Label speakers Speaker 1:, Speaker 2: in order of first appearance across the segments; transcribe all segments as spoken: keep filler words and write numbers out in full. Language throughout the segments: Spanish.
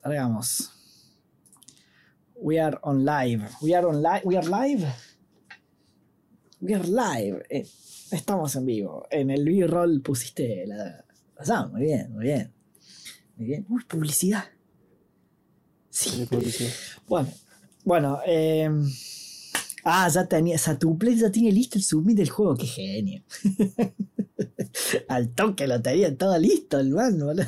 Speaker 1: Hagamos. We are on live. We are on live. We are live. We are live. Eh, estamos en vivo. En el B-roll pusiste la. Ah, muy bien, muy bien. Muy bien. Uy, publicidad. Sí.
Speaker 2: Publicidad.
Speaker 1: Bueno, bueno. Eh, ah, ya tenía. Satuple ya tiene listo el submit del juego. Qué genio. Al toque lo tenía todo listo, el man, boludo.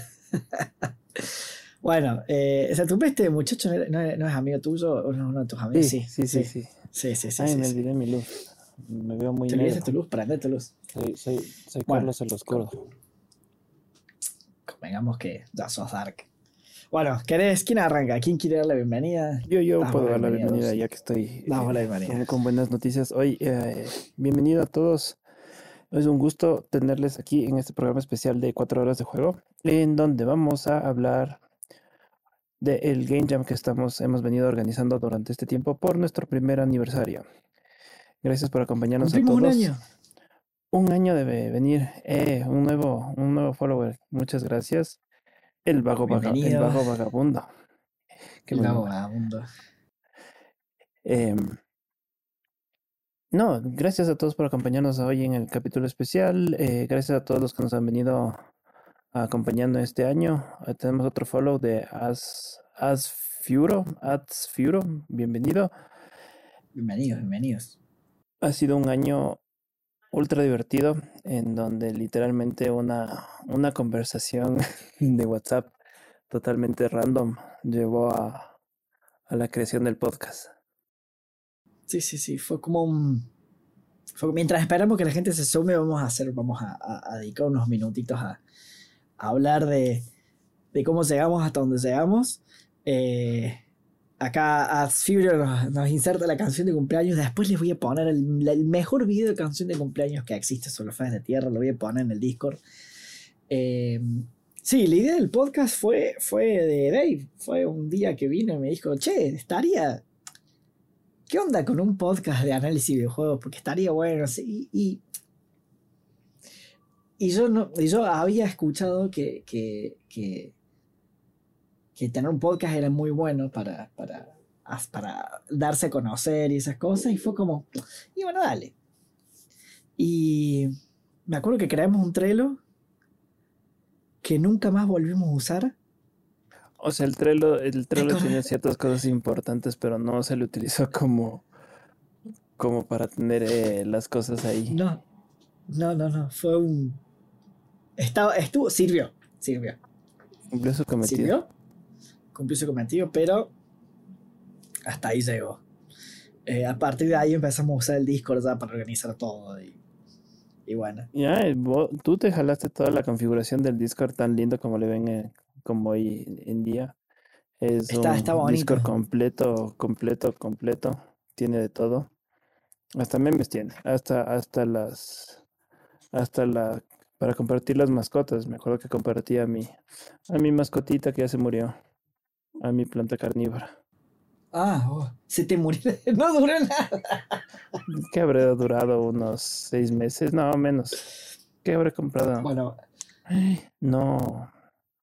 Speaker 1: Bueno, eh, Satuple, este muchacho no, no, no es amigo tuyo o no es uno de tus amigos.
Speaker 2: Sí, sí, sí, sí.
Speaker 1: Sí, sí, sí.
Speaker 2: Ay,
Speaker 1: sí,
Speaker 2: me
Speaker 1: sí.
Speaker 2: olvidé mi luz. Me veo muy
Speaker 1: ¿Te
Speaker 2: negro.
Speaker 1: olvidaste tu luz? Prende tu luz.
Speaker 2: Soy, soy, soy
Speaker 1: Bueno.
Speaker 2: Carlos el Oscuro.
Speaker 1: Convengamos que ya sos dark. Bueno, ¿querés? ¿Quién arranca? ¿Quién quiere dar la bienvenida?
Speaker 2: Yo, yo
Speaker 1: Damos
Speaker 2: puedo
Speaker 1: la
Speaker 2: dar la
Speaker 1: bienvenida,
Speaker 2: bienvenida
Speaker 1: vos.
Speaker 2: ya que estoy
Speaker 1: Damos la
Speaker 2: eh,
Speaker 1: bienvenida.
Speaker 2: con, con buenas noticias. Hoy, eh, bienvenido a todos. Es un gusto tenerles aquí en este programa especial de cuatro horas de juego, en donde vamos a hablar del Game Jam que estamos, hemos venido organizando durante este tiempo por nuestro primer aniversario. Gracias por acompañarnos a
Speaker 1: Cumplimos
Speaker 2: todos.
Speaker 1: un año.
Speaker 2: Un año debe venir, eh, un nuevo, un nuevo follower. Muchas gracias. El vago, vaga, el
Speaker 1: Bienvenido.
Speaker 2: vago vagabundo. Qué
Speaker 1: El
Speaker 2: buen
Speaker 1: vago
Speaker 2: nombre.
Speaker 1: vagabundo.
Speaker 2: Eh, no, gracias a todos por acompañarnos hoy en el capítulo especial. Eh, gracias a todos los que nos han venido acompañando este año. Eh, tenemos otro follow de As, Asfuro, Asfuro. Bienvenido.
Speaker 1: Bienvenidos, bienvenidos.
Speaker 2: Ha sido un año ultra divertido en donde literalmente una, una conversación de WhatsApp totalmente random llevó a, a la creación del podcast.
Speaker 1: Sí, sí, sí. Fue como un. Fue, mientras esperamos que la gente se sume, vamos a hacer, vamos a, a, a dedicar unos minutitos a, a hablar de, de cómo llegamos hasta donde llegamos. Eh, acá Asfurio nos, nos inserta la canción de cumpleaños. Después les voy a poner el, el mejor video de canción de cumpleaños que existe sobre los fans de tierra. Lo voy a poner en el Discord. Eh, sí, la idea del podcast fue, fue de Dave. Fue un día que vino y me dijo, che, estaría... ¿Qué onda con un podcast de análisis de videojuegos? Porque estaría bueno. Sí, y, y, yo no, y yo había escuchado que, que, que, que tener un podcast era muy bueno para, para, para darse a conocer y esas cosas. Y fue como, y bueno, dale. Y me acuerdo que creamos un Trello que nunca más volvimos a usar.
Speaker 2: O sea, el Trello, el Trello tiene ciertas cosas importantes, pero no se le utilizó como, como para tener eh, las cosas ahí.
Speaker 1: No, no, no, no. Fue un... Estaba, estuvo, sirvió, sirvió.
Speaker 2: Cumplió su cometido.
Speaker 1: ¿Sirvió? Cumplió su cometido, pero hasta ahí llegó. Eh, a partir de ahí empezamos a usar el Discord ya para organizar todo. Y, y bueno.
Speaker 2: Ya, eh, vos, tú te jalaste toda la configuración del Discord tan lindo como le ven eh, como hoy en día. Es
Speaker 1: Está,
Speaker 2: un
Speaker 1: está bonito.
Speaker 2: Discord completo, completo, completo. Tiene de todo. Hasta memes tiene. Hasta, hasta las... Hasta la... Para compartir las mascotas. Me acuerdo que compartí a mi, a mi mascotita que ya se murió. A mi planta carnívora.
Speaker 1: Ah, oh, se te murió. No duró nada.
Speaker 2: ¿Qué habré durado? ¿Unos seis meses? No, menos. ¿Qué habré comprado?
Speaker 1: Bueno.
Speaker 2: No.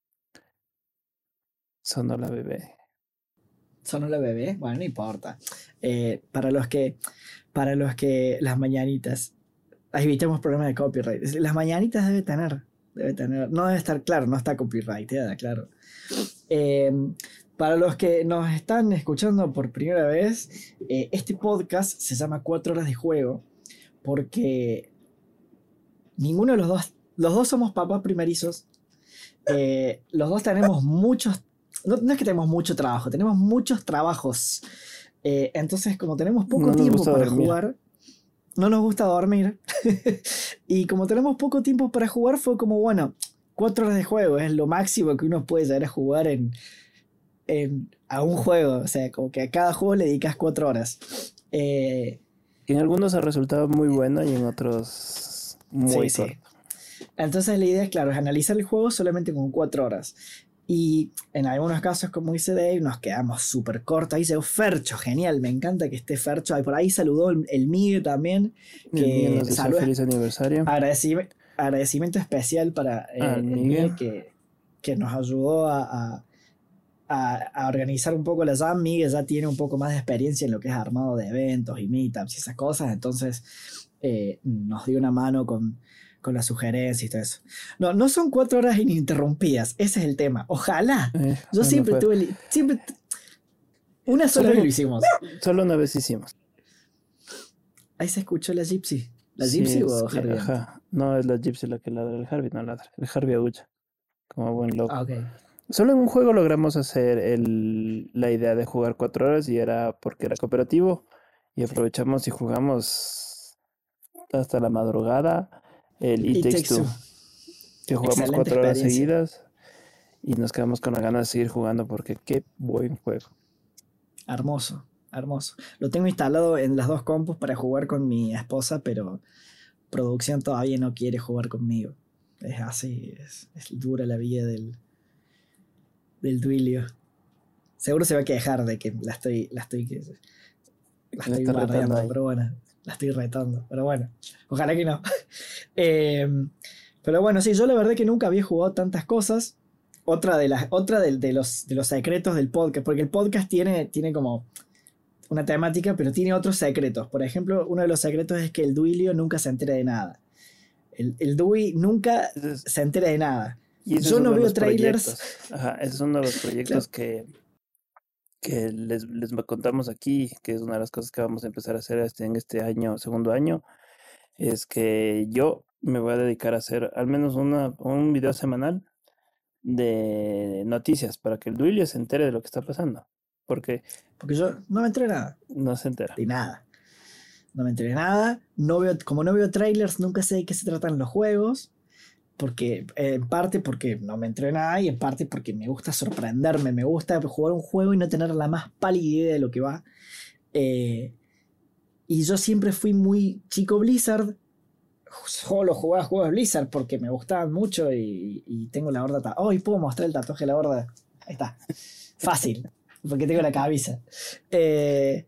Speaker 2: Sonó la bebé.
Speaker 1: ¿Sonó la bebé? Bueno, no importa. Eh, para los que... Para los que... Las mañanitas... Evitemos problemas de copyright. Las mañanitas debe tener... Debe tener... No debe estar claro. No está copyrighteada, claro. Eh... Para los que nos están escuchando por primera vez, eh, este podcast se llama Cuatro Horas de Juego porque ninguno de los dos, los dos somos papás primerizos, eh, los dos tenemos muchos, no, no es que tenemos mucho trabajo, tenemos muchos trabajos, eh, entonces como tenemos poco
Speaker 2: No nos
Speaker 1: tiempo
Speaker 2: gusta
Speaker 1: para
Speaker 2: dormir.
Speaker 1: jugar, no nos gusta dormir, y como tenemos poco tiempo para jugar fue como, bueno, cuatro horas de juego es lo máximo que uno puede llegar a jugar en... En, a un juego, o sea, como que a cada juego le dedicas cuatro horas. Eh,
Speaker 2: que en algunos ha resultado muy bueno y en otros muy
Speaker 1: sí,
Speaker 2: corto.
Speaker 1: sí. Entonces la idea es, claro, es analizar el juego solamente con cuatro horas. Y en algunos casos, como dice Dave, nos quedamos súper cortos. Ahí llegó Fercho, genial, me encanta que esté Fercho. Ahí por ahí saludó el, el Migue también.
Speaker 2: El Migue nos desea feliz aniversario.
Speaker 1: Agradecimiento, agradecimiento especial para eh,
Speaker 2: el
Speaker 1: Migue,
Speaker 2: Migue
Speaker 1: que, que nos ayudó a... a a, a organizar un poco la jam. Miguel ya tiene un poco más de experiencia en lo que es armado de eventos y meetups y esas cosas, entonces eh, nos dio una mano con, con las sugerencias y todo eso. No, no son cuatro horas ininterrumpidas, ese es el tema. Ojalá.
Speaker 2: Eh,
Speaker 1: Yo
Speaker 2: bueno,
Speaker 1: siempre
Speaker 2: fue-
Speaker 1: tuve... li- Siempre, una sola
Speaker 2: Solo-
Speaker 1: vez lo hicimos.
Speaker 2: Solo una vez hicimos.
Speaker 1: Ahí se escuchó la Gypsy. ¿La
Speaker 2: Sí,
Speaker 1: Gypsy
Speaker 2: es
Speaker 1: o
Speaker 2: que,
Speaker 1: Harvey?
Speaker 2: ajá, no es la Gypsy la que ladra, el Harvey no ladra, el Harvey aúlla, como buen loco.
Speaker 1: Ah, ok.
Speaker 2: Solo en un juego logramos hacer el, la idea de jugar cuatro horas y era porque era cooperativo y aprovechamos y jugamos hasta la madrugada el It
Speaker 1: It
Speaker 2: Takes
Speaker 1: Takes
Speaker 2: Two,
Speaker 1: Two.
Speaker 2: que jugamos
Speaker 1: Excelente
Speaker 2: cuatro horas
Speaker 1: experiencia.
Speaker 2: seguidas y nos quedamos con la ganas de seguir jugando porque qué buen juego.
Speaker 1: Hermoso, hermoso. Lo tengo instalado en las dos compus para jugar con mi esposa, pero producción todavía no quiere jugar conmigo. Es así, es, es dura la vida del, del Duilio. Seguro se va a quejar de que la estoy, la estoy, que- la
Speaker 2: Le
Speaker 1: estoy
Speaker 2: está retando
Speaker 1: bardeando,
Speaker 2: ahí.
Speaker 1: pero bueno, la estoy retando. Pero bueno, ojalá que no. Eh, pero bueno, sí, yo la verdad que nunca había jugado tantas cosas. Otra de las, otra de, de los, de los secretos del podcast, porque el podcast tiene, tiene como una temática, pero tiene otros secretos. Por ejemplo, uno de los secretos es que el Duilio nunca se entera de nada. El, el Dui nunca
Speaker 2: Ese es-
Speaker 1: se entera de nada.
Speaker 2: Y ese
Speaker 1: Yo
Speaker 2: es
Speaker 1: no
Speaker 2: uno de
Speaker 1: veo
Speaker 2: los
Speaker 1: trailers.
Speaker 2: proyectos. Ajá, ese es uno de los proyectos que, que les, les contamos aquí, que es una de las cosas que vamos a empezar a hacer este, en este año, segundo año, es que yo me voy a dedicar a hacer al menos una, un video semanal de noticias para que el Duilio se entere de lo que está pasando, porque
Speaker 1: Porque yo no me enteré de nada.
Speaker 2: no se entera.
Speaker 1: De nada. No me enteré de nada. No veo, como no veo trailers, nunca sé de qué se tratan los juegos. Porque, eh, en parte porque no me enteré de nada y en parte porque me gusta sorprenderme. Me gusta jugar un juego y no tener la más pálida idea de lo que va. Eh, y yo siempre fui muy chico Blizzard. Solo jugaba juegos de Blizzard porque me gustaban mucho y, y tengo la horda. Oh, y puedo mostrar el tatuaje de la horda. Ahí está. Fácil. Porque tengo la cabeza. Eh,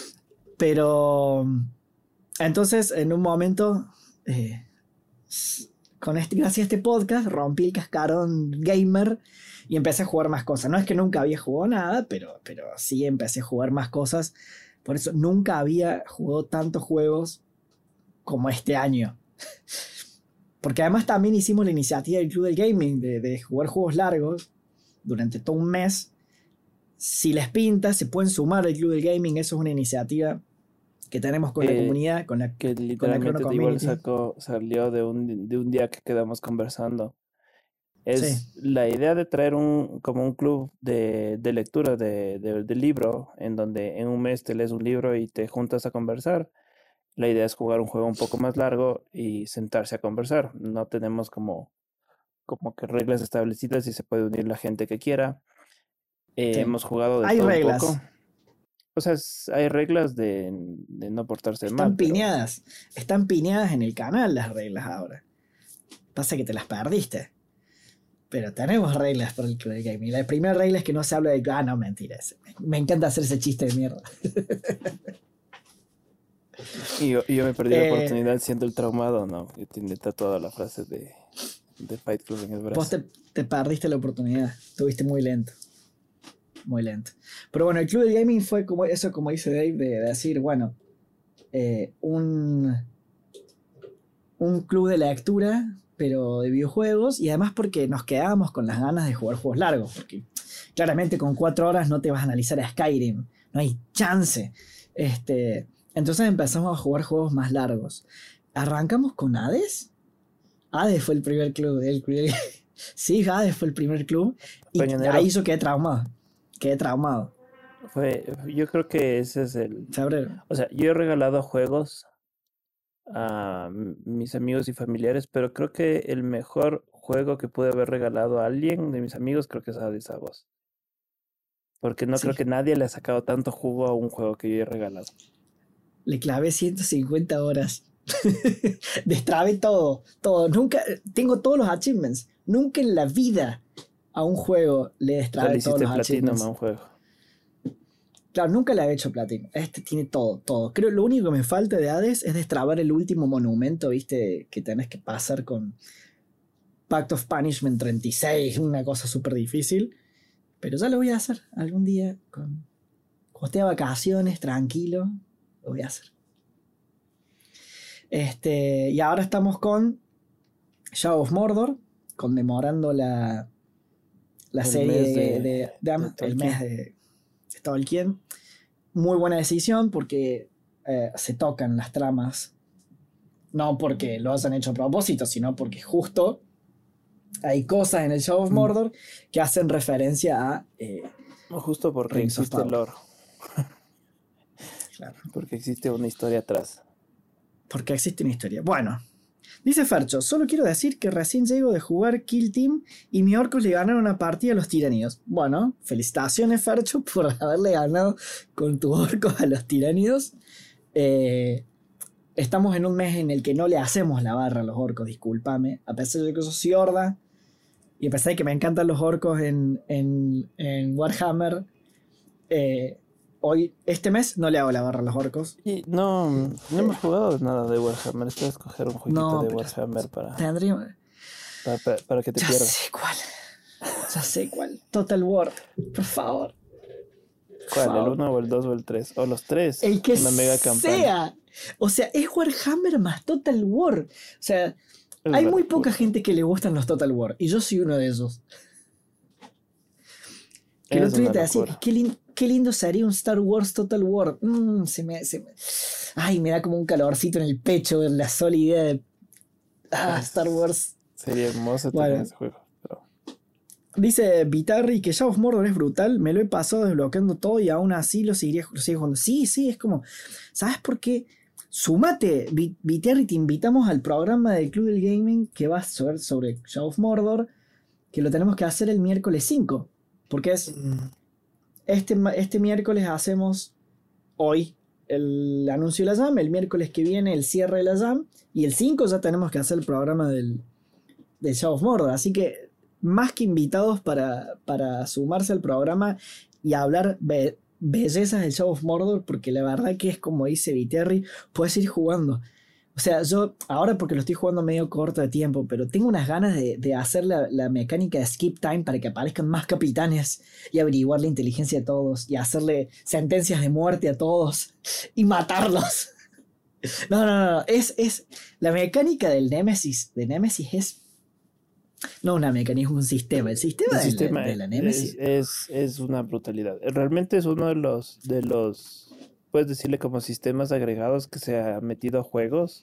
Speaker 1: pero entonces, en un momento, eh, con este, gracias a este podcast, rompí el cascarón gamer y empecé a jugar más cosas. No es que nunca había jugado nada, pero, pero sí empecé a jugar más cosas. Por eso nunca había jugado tantos juegos como este año. Porque además también hicimos la iniciativa del Club del Gaming de, de jugar juegos largos durante todo un mes. Si les pinta, se pueden sumar al Club del Gaming. Eso es una iniciativa que tenemos con la
Speaker 2: Eh,
Speaker 1: comunidad, con la,
Speaker 2: Que
Speaker 1: con la
Speaker 2: literalmente
Speaker 1: Chrono
Speaker 2: igual
Speaker 1: Community.
Speaker 2: sacó, salió de un, de un día que quedamos conversando. Es
Speaker 1: Sí.
Speaker 2: la idea de traer un, como un club de, de lectura de, de, de libro, en donde en un mes te lees un libro y te juntas a conversar. La idea es jugar un juego un poco más largo y sentarse a conversar. No tenemos como, como que reglas establecidas y se puede unir la gente que quiera. Eh,
Speaker 1: Sí.
Speaker 2: Hemos jugado de
Speaker 1: Hay
Speaker 2: todo un
Speaker 1: reglas.
Speaker 2: poco. O sea, es- hay reglas de, de no portarse
Speaker 1: Están
Speaker 2: mal, pero
Speaker 1: piñadas. Están piñadas en el canal las reglas ahora. Pasa que te las perdiste. Pero tenemos reglas para el Club del Gaming. La primera regla es que no se habla de... Ah, no, mentiras. Me encanta hacer ese chiste de mierda.
Speaker 2: y yo, y yo me perdí
Speaker 1: Eh,
Speaker 2: la oportunidad siendo el traumado, ¿no? Que tiene tatuada la frase de, de Fight Club en el brazo.
Speaker 1: Vos te, te perdiste la oportunidad. Tuviste muy lento. Muy lento. Pero bueno, el Club del Gaming fue como eso, como dice Dave, de, de decir, bueno, eh, un, un club de lectura, pero de videojuegos, y además porque nos quedábamos con las ganas de jugar juegos largos, porque claramente con cuatro horas no te vas a analizar a Skyrim, no hay chance. Este, entonces empezamos a jugar juegos más largos. Arrancamos con Hades. Hades fue el primer club. El, el, sí, Hades fue el primer club. Y
Speaker 2: Pañonero.
Speaker 1: ahí yo quedé traumado. Quedé traumado.
Speaker 2: Fue, yo creo que ese es el...
Speaker 1: Febrero.
Speaker 2: O sea, yo he regalado juegos a m- mis amigos y familiares, pero creo que el mejor juego que pude haber regalado a alguien de mis amigos creo que es Hades a vos. Porque no
Speaker 1: Sí.
Speaker 2: creo que nadie le ha sacado tanto jugo a un juego que yo he regalado.
Speaker 1: Le clavé ciento cincuenta horas. Destrabé todo. Todo. Nunca. Tengo todos los achievements. Nunca en la vida a un juego le
Speaker 2: O sea, le
Speaker 1: destrabé todos
Speaker 2: hiciste
Speaker 1: los
Speaker 2: Platinum
Speaker 1: achievements.
Speaker 2: a un juego.
Speaker 1: Claro, nunca le había hecho platino. Este tiene todo, todo. Creo que lo único que me falta de Hades es destrabar el último monumento, viste, que tenés que pasar con Pact of Punishment treinta y seis, una cosa súper difícil. Pero ya lo voy a hacer algún día. Con, cuando esté de vacaciones, tranquilo, lo voy a hacer. Este, y ahora estamos con Shadow of Mordor, conmemorando la, la
Speaker 2: El
Speaker 1: serie
Speaker 2: mes
Speaker 1: de,
Speaker 2: de-
Speaker 1: de, de Am-
Speaker 2: de
Speaker 1: el mes de, de Tolkien. Muy buena decisión porque eh, se tocan las tramas. No porque lo hayan hecho a propósito, sino porque justo hay cosas en el Shadow of
Speaker 2: Mm.
Speaker 1: Mordor que hacen referencia a eh,
Speaker 2: No, justo porque
Speaker 1: Rings of
Speaker 2: existe el
Speaker 1: Power.
Speaker 2: lore,
Speaker 1: Claro,
Speaker 2: porque existe una historia atrás.
Speaker 1: porque existe una historia. Bueno, dice Fercho, solo quiero decir que recién llego de jugar Kill Team y mi orcos le ganaron una partida a los tiranidos. Bueno, felicitaciones Fercho por haberle ganado con tus orcos a los tiranidos. Eh, estamos en un mes en el que no le hacemos la barra a los orcos, discúlpame. A pesar de que eso sí horda, y a pesar de que me encantan los orcos en, en, en Warhammer, eh, hoy, este mes, no le hago la barra a los orcos.
Speaker 2: Y no, no hemos jugado nada de Warhammer. Es que escoger un jueguito
Speaker 1: No,
Speaker 2: de
Speaker 1: pero
Speaker 2: Warhammer para,
Speaker 1: tendría...
Speaker 2: para, para- para que te
Speaker 1: Ya
Speaker 2: pierdas.
Speaker 1: sé cuál. Ya sé cuál. Total War. Por favor. Por
Speaker 2: ¿Cuál? ¿El
Speaker 1: favor.
Speaker 2: uno o el dos o el tres? O los tres.
Speaker 1: El que
Speaker 2: Una mega campaña.
Speaker 1: sea. O sea, es Warhammer más Total War. O sea,
Speaker 2: Es
Speaker 1: hay
Speaker 2: una
Speaker 1: muy
Speaker 2: locura.
Speaker 1: poca gente que le gustan los Total War. Y yo soy uno de esos. Que el
Speaker 2: Es
Speaker 1: otro día
Speaker 2: una
Speaker 1: te decía,
Speaker 2: locura.
Speaker 1: qué, lin- qué lindo sería un Star Wars Total War. Mm, se me, se me- Ay, me da como un calorcito en el pecho la sola idea de... Ah, Star Wars.
Speaker 2: Sería hermoso
Speaker 1: Bueno.
Speaker 2: tener ese juego. Pero
Speaker 1: Dice Vitarri que Shadow of Mordor es brutal. Me lo he pasado desbloqueando todo y aún así lo seguiría lo sigo jugando. Sí, sí, es como. ¿Sabes por qué? Sumate, Vi- Vitarri, te invitamos al programa del Club del Gaming que va a ser sobre Shadow of Mordor. Que lo tenemos que hacer el miércoles cinco. Porque es. Este, ma- este miércoles hacemos hoy el anuncio de la Jam. El miércoles que viene el cierre de la Jam. Y el cinco ya tenemos que hacer el programa del, del Shadow of Mordor. Así que más que invitados para, para sumarse al programa y hablar be- bellezas del Shadow of Mordor, porque la verdad que es como dice Viterri, puedes ir jugando. O sea, yo ahora porque lo estoy jugando medio corto de tiempo, pero tengo unas ganas de, de hacer la, la mecánica de skip time para que aparezcan más capitanes y averiguar la inteligencia de todos y hacerle sentencias de muerte a todos y matarlos. No, no, no, no. Es, es la mecánica del Nemesis, de Nemesis es no una mecánica, es un sistema. El sistema,
Speaker 2: el
Speaker 1: de,
Speaker 2: sistema
Speaker 1: la, de la
Speaker 2: es,
Speaker 1: Nemesis.
Speaker 2: es, es una brutalidad. Realmente es uno de los, de los, puedes decirle como sistemas agregados que se ha metido a juegos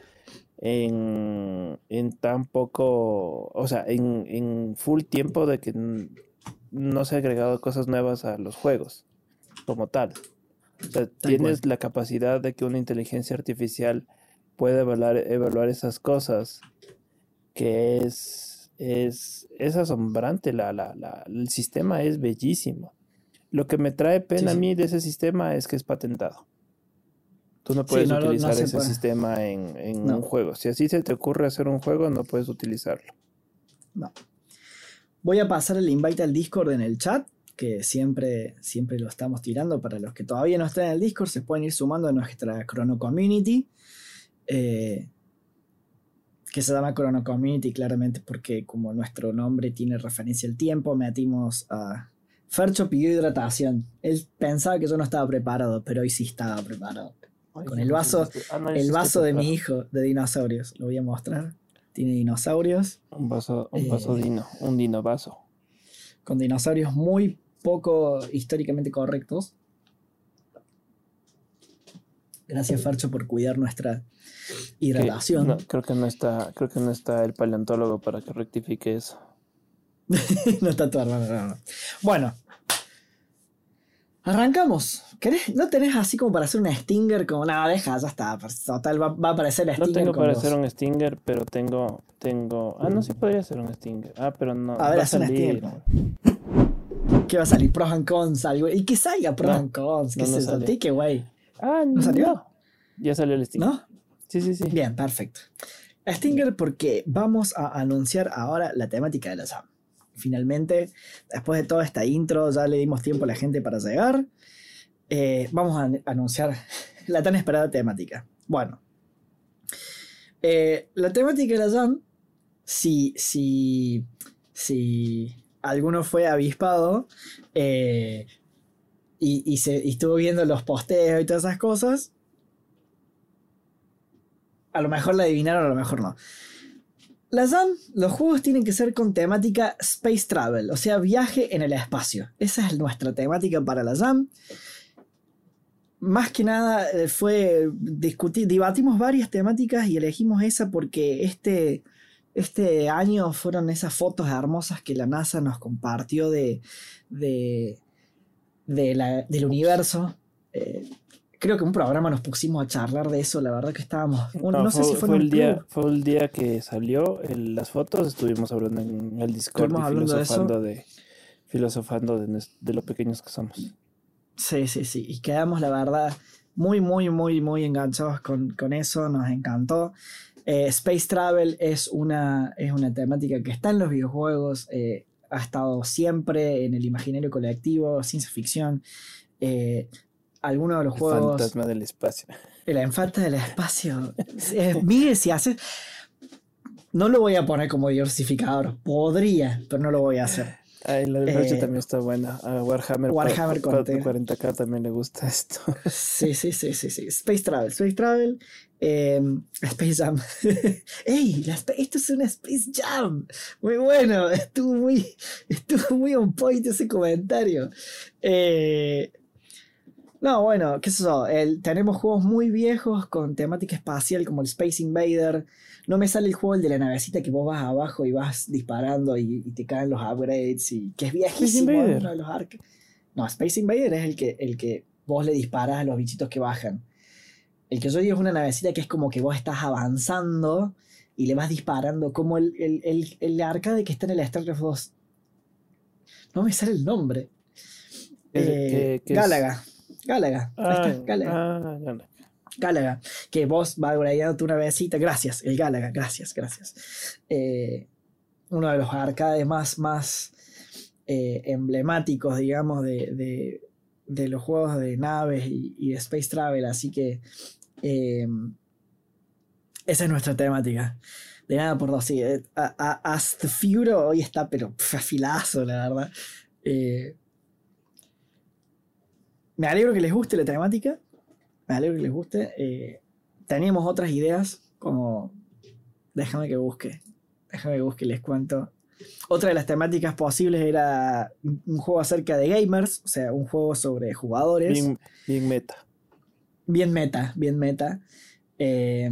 Speaker 2: en, en tan poco, o sea, en, en full tiempo de que n- no se ha agregado cosas nuevas a los juegos como tal. O sea, tienes
Speaker 1: cual.
Speaker 2: la capacidad de que una inteligencia artificial pueda evaluar, evaluar esas cosas, que es, es, es asombrante. La, la, la, el sistema es bellísimo. Lo que me trae pena
Speaker 1: Sí,
Speaker 2: a
Speaker 1: sí.
Speaker 2: mí de ese sistema es que es patentado. Tú no
Speaker 1: Sí,
Speaker 2: puedes
Speaker 1: no, no, no
Speaker 2: utilizar
Speaker 1: se
Speaker 2: ese
Speaker 1: puede.
Speaker 2: sistema en, en
Speaker 1: No.
Speaker 2: un juego. Si así se te ocurre hacer un juego, no puedes utilizarlo.
Speaker 1: No. Voy a pasar el invite al Discord en el chat, que siempre, siempre lo estamos tirando. Para los que todavía no están en el Discord, se pueden ir sumando a nuestra Chrono Community. Eh, que se llama Chrono Community claramente porque como nuestro nombre tiene referencia al tiempo, metimos a... Fercho pidió hidratación. Él pensaba que yo no estaba preparado, pero hoy sí estaba preparado. Con el vaso,
Speaker 2: Ah, no, yo sí
Speaker 1: el
Speaker 2: estoy
Speaker 1: vaso de mi
Speaker 2: preparado.
Speaker 1: hijo de dinosaurios. Lo voy a mostrar. Tiene dinosaurios.
Speaker 2: Un vaso, un vaso
Speaker 1: Eh,
Speaker 2: dino, un dino vaso.
Speaker 1: Con dinosaurios muy poco históricamente correctos. Gracias, Fercho, por cuidar nuestra
Speaker 2: Que
Speaker 1: hidratación.
Speaker 2: no, creo que no está, creo que no está el paleontólogo para que rectifique eso.
Speaker 1: No está tu hermano, no, no. Bueno. Arrancamos. ¿Querés? ¿No tenés así como para hacer una Stinger? Como, nada, deja, ya está. Total, va, va a aparecer la
Speaker 2: No
Speaker 1: Stinger
Speaker 2: tengo
Speaker 1: con
Speaker 2: para
Speaker 1: los...
Speaker 2: hacer un Stinger, pero tengo, tengo. Ah, no, sí podría hacer un Stinger. Ah, pero no.
Speaker 1: A ver,
Speaker 2: va a
Speaker 1: haz una
Speaker 2: salir.
Speaker 1: Stinger. ¿Qué va a salir? Pros and cons, algo. Y que salga pros
Speaker 2: No,
Speaker 1: and cons. ¿Qué
Speaker 2: no, no
Speaker 1: es eso?
Speaker 2: sale.
Speaker 1: Takeaway.
Speaker 2: Ah,
Speaker 1: ¿No
Speaker 2: no.
Speaker 1: salió?
Speaker 2: Ya salió el Stinger.
Speaker 1: ¿No?
Speaker 2: Sí, sí, sí.
Speaker 1: Bien, perfecto. Stinger porque vamos a anunciar ahora la temática de la Jam. Finalmente, después de toda esta intro, ya le dimos tiempo a la gente para llegar. Eh, vamos a anunciar la tan esperada temática. Bueno, eh, la temática de la Jam, si, si, si alguno fue avispado eh, y, y, se, y estuvo viendo los posteos y todas esas cosas, a lo mejor la adivinaron, a lo mejor no. La jam, los juegos tienen que ser con temática space travel, o sea, viaje en el espacio. Esa es nuestra temática para la jam. Más que nada fue discutir, debatimos varias temáticas y elegimos esa porque este, este año fueron esas fotos hermosas que la NASA nos compartió de, de, de la, del universo. Eh, creo que un programa nos pusimos a charlar de eso, la verdad que estábamos... Un,
Speaker 2: No,
Speaker 1: no
Speaker 2: fue,
Speaker 1: sé si fue
Speaker 2: fue
Speaker 1: en un
Speaker 2: el día,
Speaker 1: club.
Speaker 2: fue el día que salió el- las fotos, estuvimos hablando en el Discord
Speaker 1: Estuvimos
Speaker 2: y
Speaker 1: hablando de eso.
Speaker 2: filosofando de, filosofando de, nues- de lo pequeños que somos.
Speaker 1: Sí, sí, sí. Y quedamos, la verdad, muy, muy, muy, muy enganchados con, con eso. Nos encantó. Eh, Space Travel es una, es una temática que está en los videojuegos. Eh, ha estado siempre en el imaginario colectivo, ciencia ficción. Eh, algunos de los
Speaker 2: El
Speaker 1: juegos.
Speaker 2: fantasma del espacio.
Speaker 1: El infanta del espacio. Eh, mire, si haces. No lo voy a poner como diversificador. Podría, pero no lo voy a hacer.
Speaker 2: Ay, la del Roche
Speaker 1: Eh,
Speaker 2: también está buena. A Warhammer,
Speaker 1: Warhammer
Speaker 2: cua- cua-
Speaker 1: conté.
Speaker 2: cuarenta K también le gusta esto.
Speaker 1: Sí, sí, sí, sí, sí. Space Travel, Space Travel, eh, Space Jam. ¡Ey! La spa- esto es una Space Jam. Muy bueno. Estuvo muy, estuvo muy on point ese comentario. Eh, no, bueno, qué sé yo. El, tenemos juegos muy viejos con temática espacial como el Space Invader. No me sale el juego el de la navecita que vos vas abajo y vas disparando y, y te caen los upgrades y que es viejísimo, es
Speaker 2: Invader.
Speaker 1: uno de los arc- No, Space Invader es el que, el que vos le disparas a los bichitos que bajan. El que yo digo es una navecita que es como que vos estás avanzando y le vas disparando, como el, el, el, el arcade que está en el StarCraft dos. No me sale el nombre.
Speaker 2: Es-
Speaker 1: Eh,
Speaker 2: que- que es-
Speaker 1: Gálaga. Gálaga. Ahí
Speaker 2: Ah,
Speaker 1: está, Gálaga.
Speaker 2: ah, ya no.
Speaker 1: Gálaga. Que vos vas gradeando tu navecita. Gracias, el Gálaga. Gracias, gracias. Eh, uno de los arcades más, más eh, emblemáticos, digamos, de, de, de los juegos de naves y, y de Space Travel. Así que eh, esa es nuestra temática. De nada por dos, sí. eh, a- a- As the Furo hoy está, pero pf, afilazo, la verdad. Eh, me alegro que les guste la temática. Me alegro que les guste. Eh, teníamos otras ideas, como. Déjame que busque. Déjame que busque y les cuento. Otra de las temáticas posibles era un juego acerca de gamers, o sea, un juego sobre jugadores.
Speaker 2: Bien, bien meta.
Speaker 1: Bien meta, bien meta. Eh,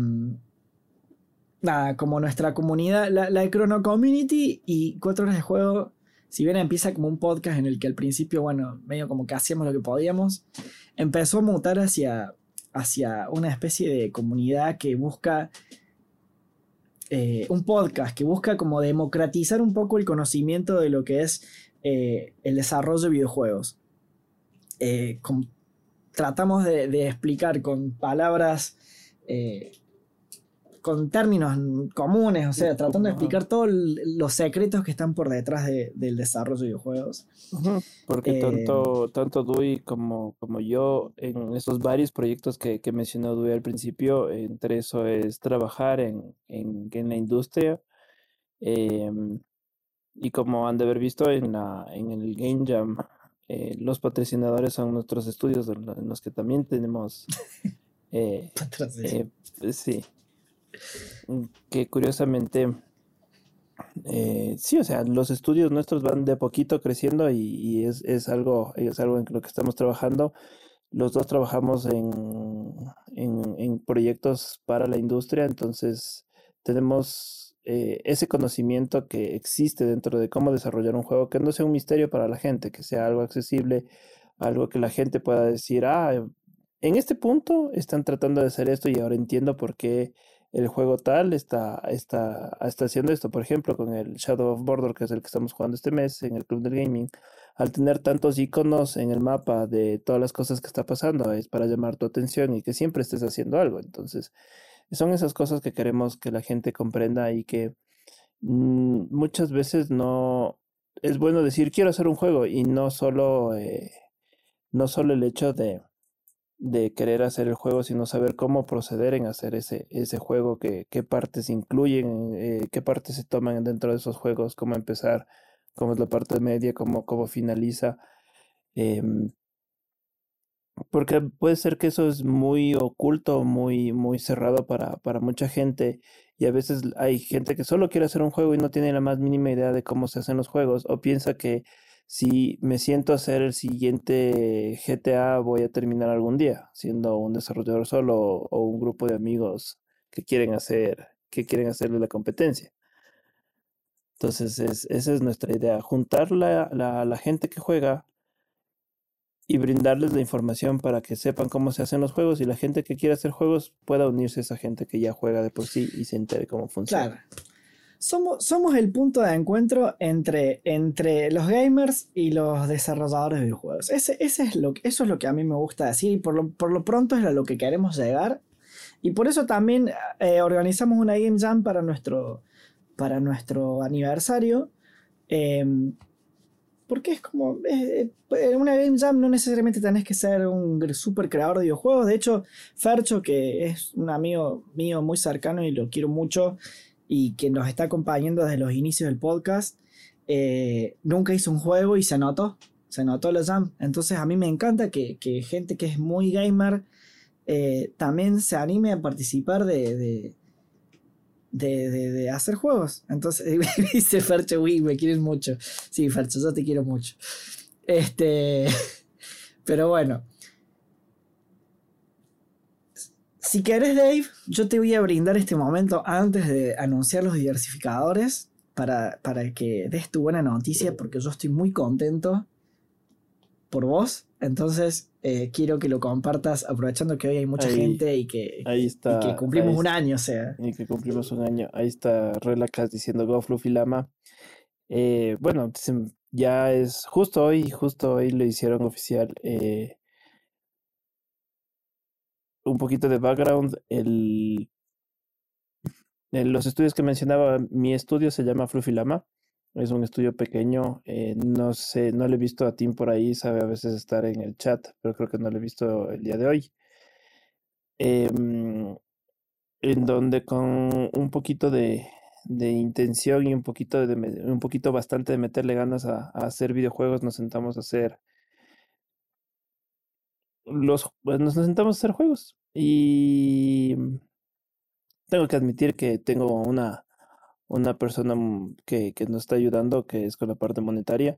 Speaker 1: nada, como nuestra comunidad, la, la Chrono Community y cuatro horas de juego, si bien empieza como un podcast en el que al principio, bueno, medio como que hacíamos lo que podíamos, empezó a mutar hacia, hacia una especie de comunidad que busca eh, un podcast, que busca como democratizar un poco el conocimiento de lo que es eh, el desarrollo de videojuegos. Eh, con, tratamos de, de explicar con palabras, eh, con términos comunes, o sea, tratando de explicar todos los secretos que están por detrás de, del desarrollo de videojuegos.
Speaker 2: Ujú, porque
Speaker 1: Eh,
Speaker 2: tanto, tanto Dui como, como yo, en esos varios proyectos que, que mencionó Dui al principio, entre eso es trabajar en, en, en la industria. em, y como han de haber visto en, la, en el Game Jam, eh, los patrocinadores son nuestros estudios en lo- en los que también tenemos, eh, eh, pues sí, mm, que curiosamente, eh, sí, o sea, los estudios nuestros van de poquito creciendo y, y es, es algo, es algo en lo que estamos trabajando. Los dos trabajamos en, en, en proyectos para la industria, entonces tenemos eh, ese conocimiento que existe dentro de cómo desarrollar un juego, que no sea un misterio para la gente, que sea algo accesible, algo que la gente pueda decir, ah, en este punto están tratando de hacer esto y ahora entiendo por qué el juego tal está, está, está haciendo esto. Por ejemplo, con el Shadow of Mordor, que es el que estamos jugando este mes en el Club del Gaming, al tener tantos iconos en el mapa de todas las cosas que está pasando, es para llamar tu atención y que siempre estés haciendo algo. Entonces, son esas cosas que queremos que la gente comprenda y que mm, muchas veces no es bueno decir quiero hacer un juego y no solo, eh, no solo el hecho de, de querer hacer el juego, sino saber cómo proceder en hacer ese, ese juego, que, qué partes incluyen, eh, qué partes se toman dentro de esos juegos, cómo empezar, cómo es la parte media, cómo, cómo finaliza. em, Porque puede ser que eso es muy oculto, muy, muy cerrado para, para mucha gente. Y a veces hay gente que solo quiere hacer un juego y no tiene la más mínima idea de cómo se hacen los juegos. O piensa que si me siento a hacer el siguiente G T A voy a terminar algún día, siendo un desarrollador solo o, o un grupo de amigos que quieren hacer, que quieren hacerle la competencia. Entonces es, esa es nuestra idea, juntar la, la, la gente que juega y brindarles la información para que sepan cómo se hacen los juegos y la gente que quiera hacer juegos pueda unirse a esa gente que ya juega de por sí y se entere cómo funciona.
Speaker 1: Claro. Somos, somos el punto de encuentro entre, entre los gamers y los desarrolladores de videojuegos. Ese, ese es lo, eso es lo que a mí me gusta decir y por lo, por lo pronto es a lo que queremos llegar. Y por eso también eh, organizamos una Game Jam para nuestro, para nuestro aniversario. Eh, porque es como. Eh, en una Game Jam no necesariamente tenés que ser un super creador de videojuegos. De hecho, Fercho, que es un amigo mío muy cercano y lo quiero mucho, y que nos está acompañando desde los inicios del podcast, eh, nunca hizo un juego y se notó. Se notó la Jam. Entonces, a mí me encanta que, que gente que es muy gamer eh, también se anime a participar de. de De, de, de hacer juegos. Entonces dice Fercho, uy, me quieres mucho. Sí, Fercho, yo te quiero mucho. Este, pero bueno. Si querés, Dave, yo te voy a brindar este momento antes de anunciar los diversificadores para, para que des tu buena noticia, porque yo estoy muy contento por vos. Entonces, eh, quiero que lo compartas aprovechando que hoy hay mucha
Speaker 2: Ahí,
Speaker 1: gente y que,
Speaker 2: ahí está,
Speaker 1: y que cumplimos
Speaker 2: ahí
Speaker 1: un
Speaker 2: está,
Speaker 1: año, o sea.
Speaker 2: y que cumplimos un año. Ahí está Relax diciendo Go Fluffy Lama. Eh, bueno, se- ya es justo hoy, justo hoy lo hicieron oficial. Eh, un poquito de background. El, en los estudios que mencionaba, mi estudio se llama Fluffy Lama. Es un estudio pequeño. Eh, no sé, no le he visto a Tim por ahí. Sabe a veces estar en el chat, pero creo que no le he visto el día de hoy. Em, en donde con un poquito de, de intención y un poquito de me- un poquito bastante de meterle ganas a, a hacer videojuegos, nos sentamos a hacer los, pues, nos sentamos a hacer juegos. Y tengo que admitir que tengo una, una persona mm, que, que nos está ayudando, que es con la parte monetaria,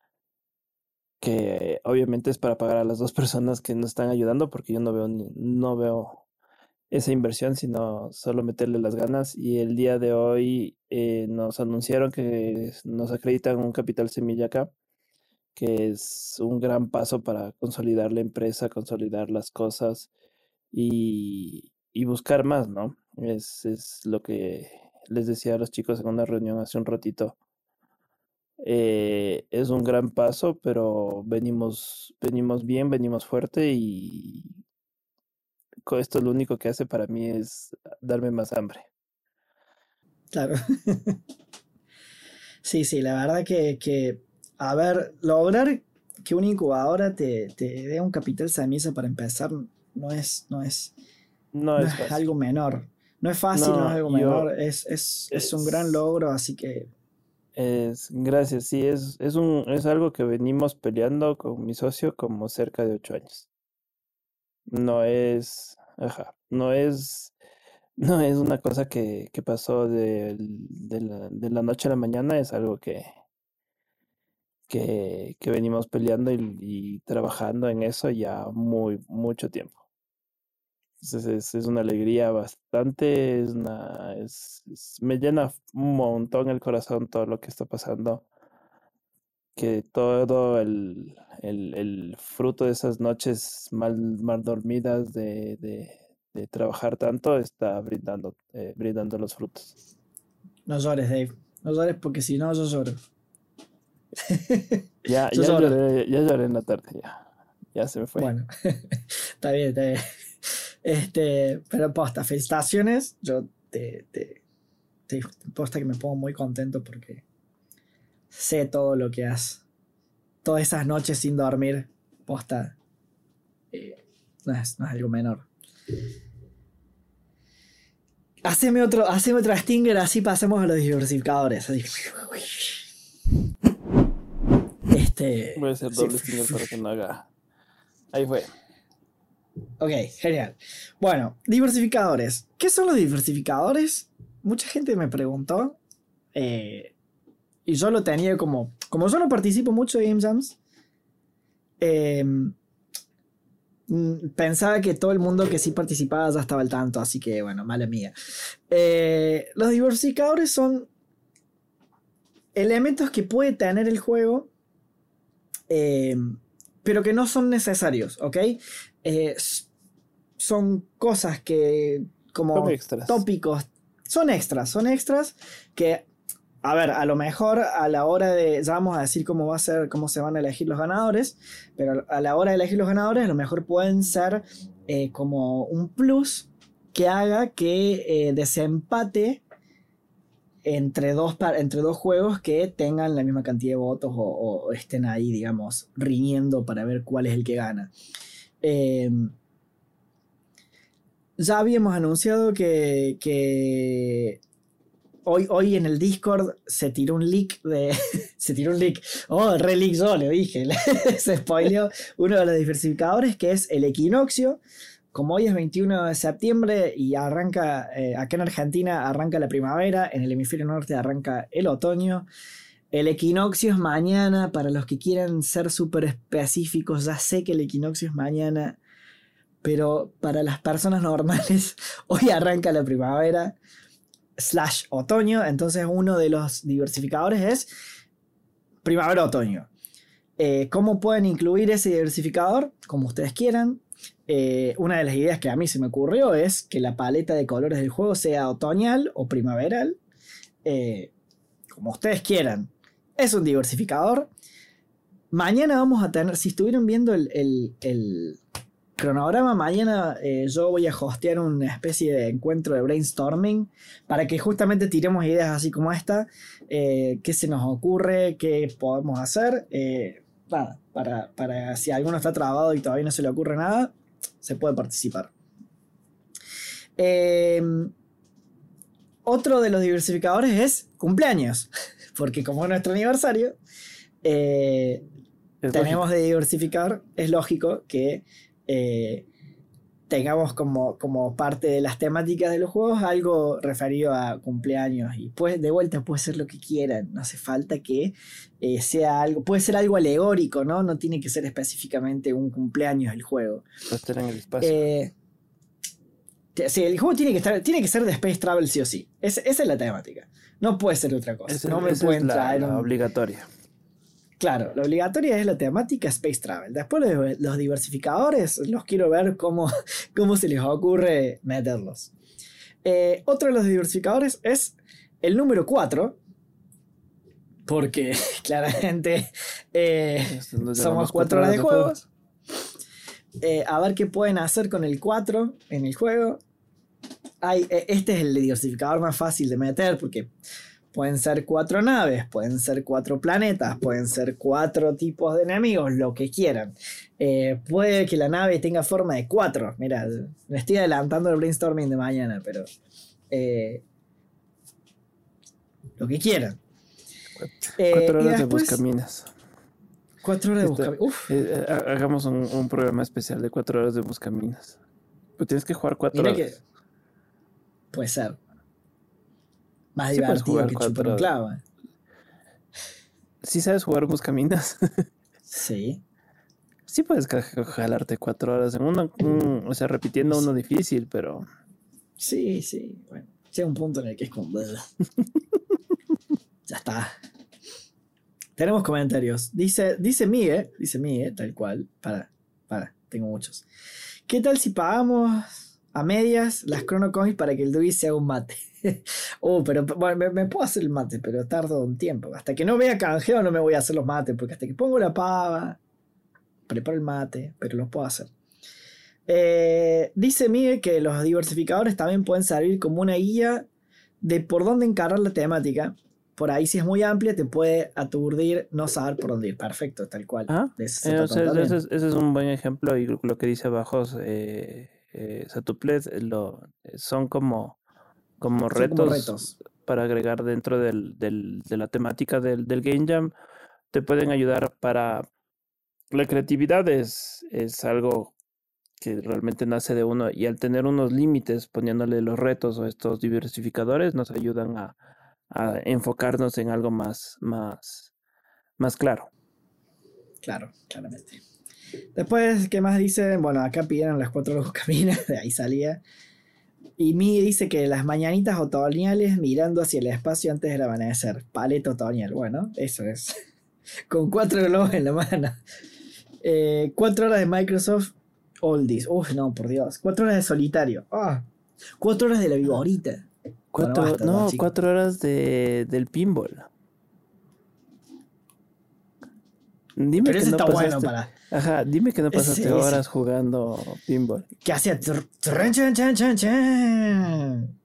Speaker 2: que obviamente es para pagar a las dos personas que nos están ayudando, porque yo no veo, ni- no veo esa inversión, sino solo meterle las ganas. Y el día de hoy eh, nos anunciaron que nos acreditan un capital semilla acá, que es un gran paso para consolidar la empresa, consolidar las cosas y, y buscar más, ¿no? Es, es lo que les decía a los chicos en una reunión hace un ratito. Eh, es un gran paso, pero venimos, venimos bien, venimos fuerte y co- esto lo único que hace para mí es darme más hambre.
Speaker 1: Claro. Sí, sí, la verdad que, que, a ver, lograr que una incubadora te, te dé un capital semilla para empezar no es, no es,
Speaker 2: No
Speaker 1: no
Speaker 2: es
Speaker 1: es
Speaker 2: fácil.
Speaker 1: algo menor. No es fácil, no es
Speaker 2: No,
Speaker 1: algo
Speaker 2: yo
Speaker 1: menor, es, es, es un gran
Speaker 2: es,
Speaker 1: logro, así que,
Speaker 2: es, gracias, sí, es, es un, es algo que venimos peleando con mi socio como cerca de ocho años. No es, ajá, no es, no es una cosa que, que pasó del- de la, de la noche a la mañana, es algo que, que, que venimos peleando y, y trabajando en eso ya muy, mucho tiempo. Entonces es, es una alegría bastante, es una, es, es- me llena un montón el corazón todo lo que está pasando, que todo el, el, el fruto de esas noches mal, mal dormidas de, de, de trabajar tanto está brindando, eh, brindando los frutos.
Speaker 1: no llores, Dave. No llores porque si no, yo lloro.
Speaker 2: Ya,
Speaker 1: Yo
Speaker 2: ya
Speaker 1: lloro.
Speaker 2: lloré, ya lloré en la tarde, ya, ya se me fue.
Speaker 1: Bueno, está bien, está bien. Este, pero posta, felicitaciones. Yo te, te, te posta que me pongo muy contento porque sé todo lo que has. Todas esas noches sin dormir, posta, eh, no, es, no es algo menor. Haceme otro, haceme otro Stinger, así pasemos a los diversificadores. Así. Este,
Speaker 2: Voy a hacer
Speaker 1: sí.
Speaker 2: doble stinger para que no haga. Ahí fue.
Speaker 1: Ok, genial. Bueno, diversificadores. ¿Qué son los diversificadores? Mucha gente me preguntó. eh, y yo lo tenía como. Como yo no participo mucho de Game Jams, eh, mm, pensaba que todo el mundo que sí participaba ya estaba al tanto, así que bueno, mala mía. Eh, los diversificadores son elementos que puede tener el juego, eh, pero que no son necesarios, ¿ok? Eh, son cosas que, como
Speaker 2: Son extras.
Speaker 1: tópicos, son extras, son extras que, a ver, a lo mejor a la hora de, ya vamos a decir cómo va a ser, cómo se van a elegir los ganadores, pero a la hora de elegir los ganadores, a lo mejor pueden ser eh, como un plus que haga que eh, desempate entre dos, entre dos juegos que tengan la misma cantidad de votos o, o estén ahí, digamos, riñendo para ver cuál es el que gana. Eh, ya habíamos anunciado que, que hoy, hoy en el Discord se tiró un leak de. se tiró un leak. Oh, re leak yo, le dije. Se spoileó uno de los diversificadores que es el equinoccio. Como hoy es veintiuno de septiembre y arranca, eh, acá en Argentina arranca la primavera, en el hemisferio norte arranca el otoño. El equinoccio es mañana, para los que quieran ser súper específicos, ya sé que el equinoccio es mañana, pero para las personas normales, hoy arranca la primavera slash otoño, entonces uno de los diversificadores es primavera-otoño. Eh, ¿Cómo pueden incluir ese diversificador? Como ustedes quieran. Eh, una de las ideas que a mí se me ocurrió es que la paleta de colores del juego sea otoñal o primaveral, eh, como ustedes quieran. Es un diversificador. Mañana vamos a tener, si estuvieron viendo el, el, el cronograma, mañana eh, yo voy a hostear una especie de encuentro de brainstorming para que justamente tiremos ideas así como esta, eh, qué se nos ocurre, qué podemos hacer, eh, nada, para, para si alguno está trabado y todavía no se le ocurre nada, se puede participar. Eh, otro de los diversificadores es cumpleaños, porque como es nuestro aniversario, eh, tenemos lógico. De diversificar, es lógico que eh, tengamos como, como parte de las temáticas de los juegos algo referido a cumpleaños, y pues de vuelta puede ser lo que quieran, no hace falta que eh, sea algo, puede ser algo alegórico, ¿no? No tiene que ser específicamente un cumpleaños el juego.
Speaker 2: Va a estar en el espacio.
Speaker 1: Eh, sí, el juego tiene que estar, tiene que ser de Space Travel sí o sí. Es, esa es la temática. No puede ser otra cosa.
Speaker 2: Ese,
Speaker 1: no me pueden
Speaker 2: es la,
Speaker 1: traer
Speaker 2: la
Speaker 1: un...
Speaker 2: obligatoria.
Speaker 1: Claro, la obligatoria es la temática Space Travel. Después los, los diversificadores, los quiero ver cómo, cómo se les ocurre meterlos. Eh, otro de los diversificadores es el número cuatro. Porque claramente eh, somos cuatro horas de juegos. Eh, a ver qué pueden hacer con el cuatro en el juego. Hay, este es el diversificador más fácil de meter porque pueden ser cuatro naves, pueden ser cuatro planetas, pueden ser cuatro tipos de enemigos, lo que quieran. Eh, puede que la nave tenga forma de cuatro. Mira, me estoy adelantando el brainstorming de mañana, pero eh, lo que quieran.
Speaker 2: Eh, cuatro horas después, de buscaminas.
Speaker 1: Cuatro horas de buscaminas.
Speaker 2: Eh, hagamos un, un programa especial de cuatro horas de buscaminas. Pero tienes que jugar cuatro
Speaker 1: Mira
Speaker 2: horas.
Speaker 1: Que puede ser. Más
Speaker 2: sí
Speaker 1: divertido que chupar un clavo.
Speaker 2: ¿Sí sabes jugar buscaminas?
Speaker 1: Sí.
Speaker 2: Sí puedes jalarte cuatro horas en uno, un, o sea, repitiendo sí. Uno difícil, pero...
Speaker 1: Sí, sí. Bueno, llega un punto en el que es como... Ya está. Tenemos comentarios. Dice, dice Miguel, dice Miguel, tal cual. Para, para, tengo muchos. ¿Qué tal si pagamos a medias las Chrono Coins para que el Dewey se haga un mate? Oh, pero bueno, me, me puedo hacer el mate, pero tardo un tiempo. Hasta que no vea canjeo no me voy a hacer los mates, porque hasta que pongo la pava, preparo el mate, pero los puedo hacer. Eh, dice Miguel que los diversificadores también pueden servir como una guía de por dónde encarar la temática. Por ahí, si es muy amplia, te puede aturdir no saber por dónde ir. Perfecto, tal cual.
Speaker 2: Ah, eh, o sea, ese, es, ese es un buen ejemplo. Y lo que dice abajo, eh, eh, Satuplet, lo, son como, como, retos
Speaker 1: como retos
Speaker 2: para agregar dentro del, del, de la temática del, del Game Jam. te pueden ayudar para... La creatividad es, es algo que realmente nace de uno y al tener unos límites, poniéndole los retos o estos diversificadores, nos ayudan a, a enfocarnos en algo más, más, más claro.
Speaker 1: Claro, claramente. Después, ¿qué más dice? Bueno, acá pidieron las cuatro caminas, de ahí salía. Y Mi dice que las mañanitas otoñales mirando hacia el espacio antes del amanecer. Paleta otoñal. Bueno, eso es. Con cuatro globos en la mano. Eh, cuatro horas de Microsoft Oldies. Uf, no, por Dios. Cuatro horas de solitario. Ah. Cuatro horas de la viborita.
Speaker 2: Cuatro,
Speaker 1: bueno, basta,
Speaker 2: no,
Speaker 1: no,
Speaker 2: cuatro horas de, del pinball. Dime
Speaker 1: Pero
Speaker 2: que
Speaker 1: ese
Speaker 2: no
Speaker 1: está
Speaker 2: pasaste,
Speaker 1: bueno para...
Speaker 2: ajá, dime que no pasaste
Speaker 1: Ese,
Speaker 2: horas
Speaker 1: ese.
Speaker 2: jugando pinball.
Speaker 1: Que hacía... tr- tr- chan, chan, chan, chan.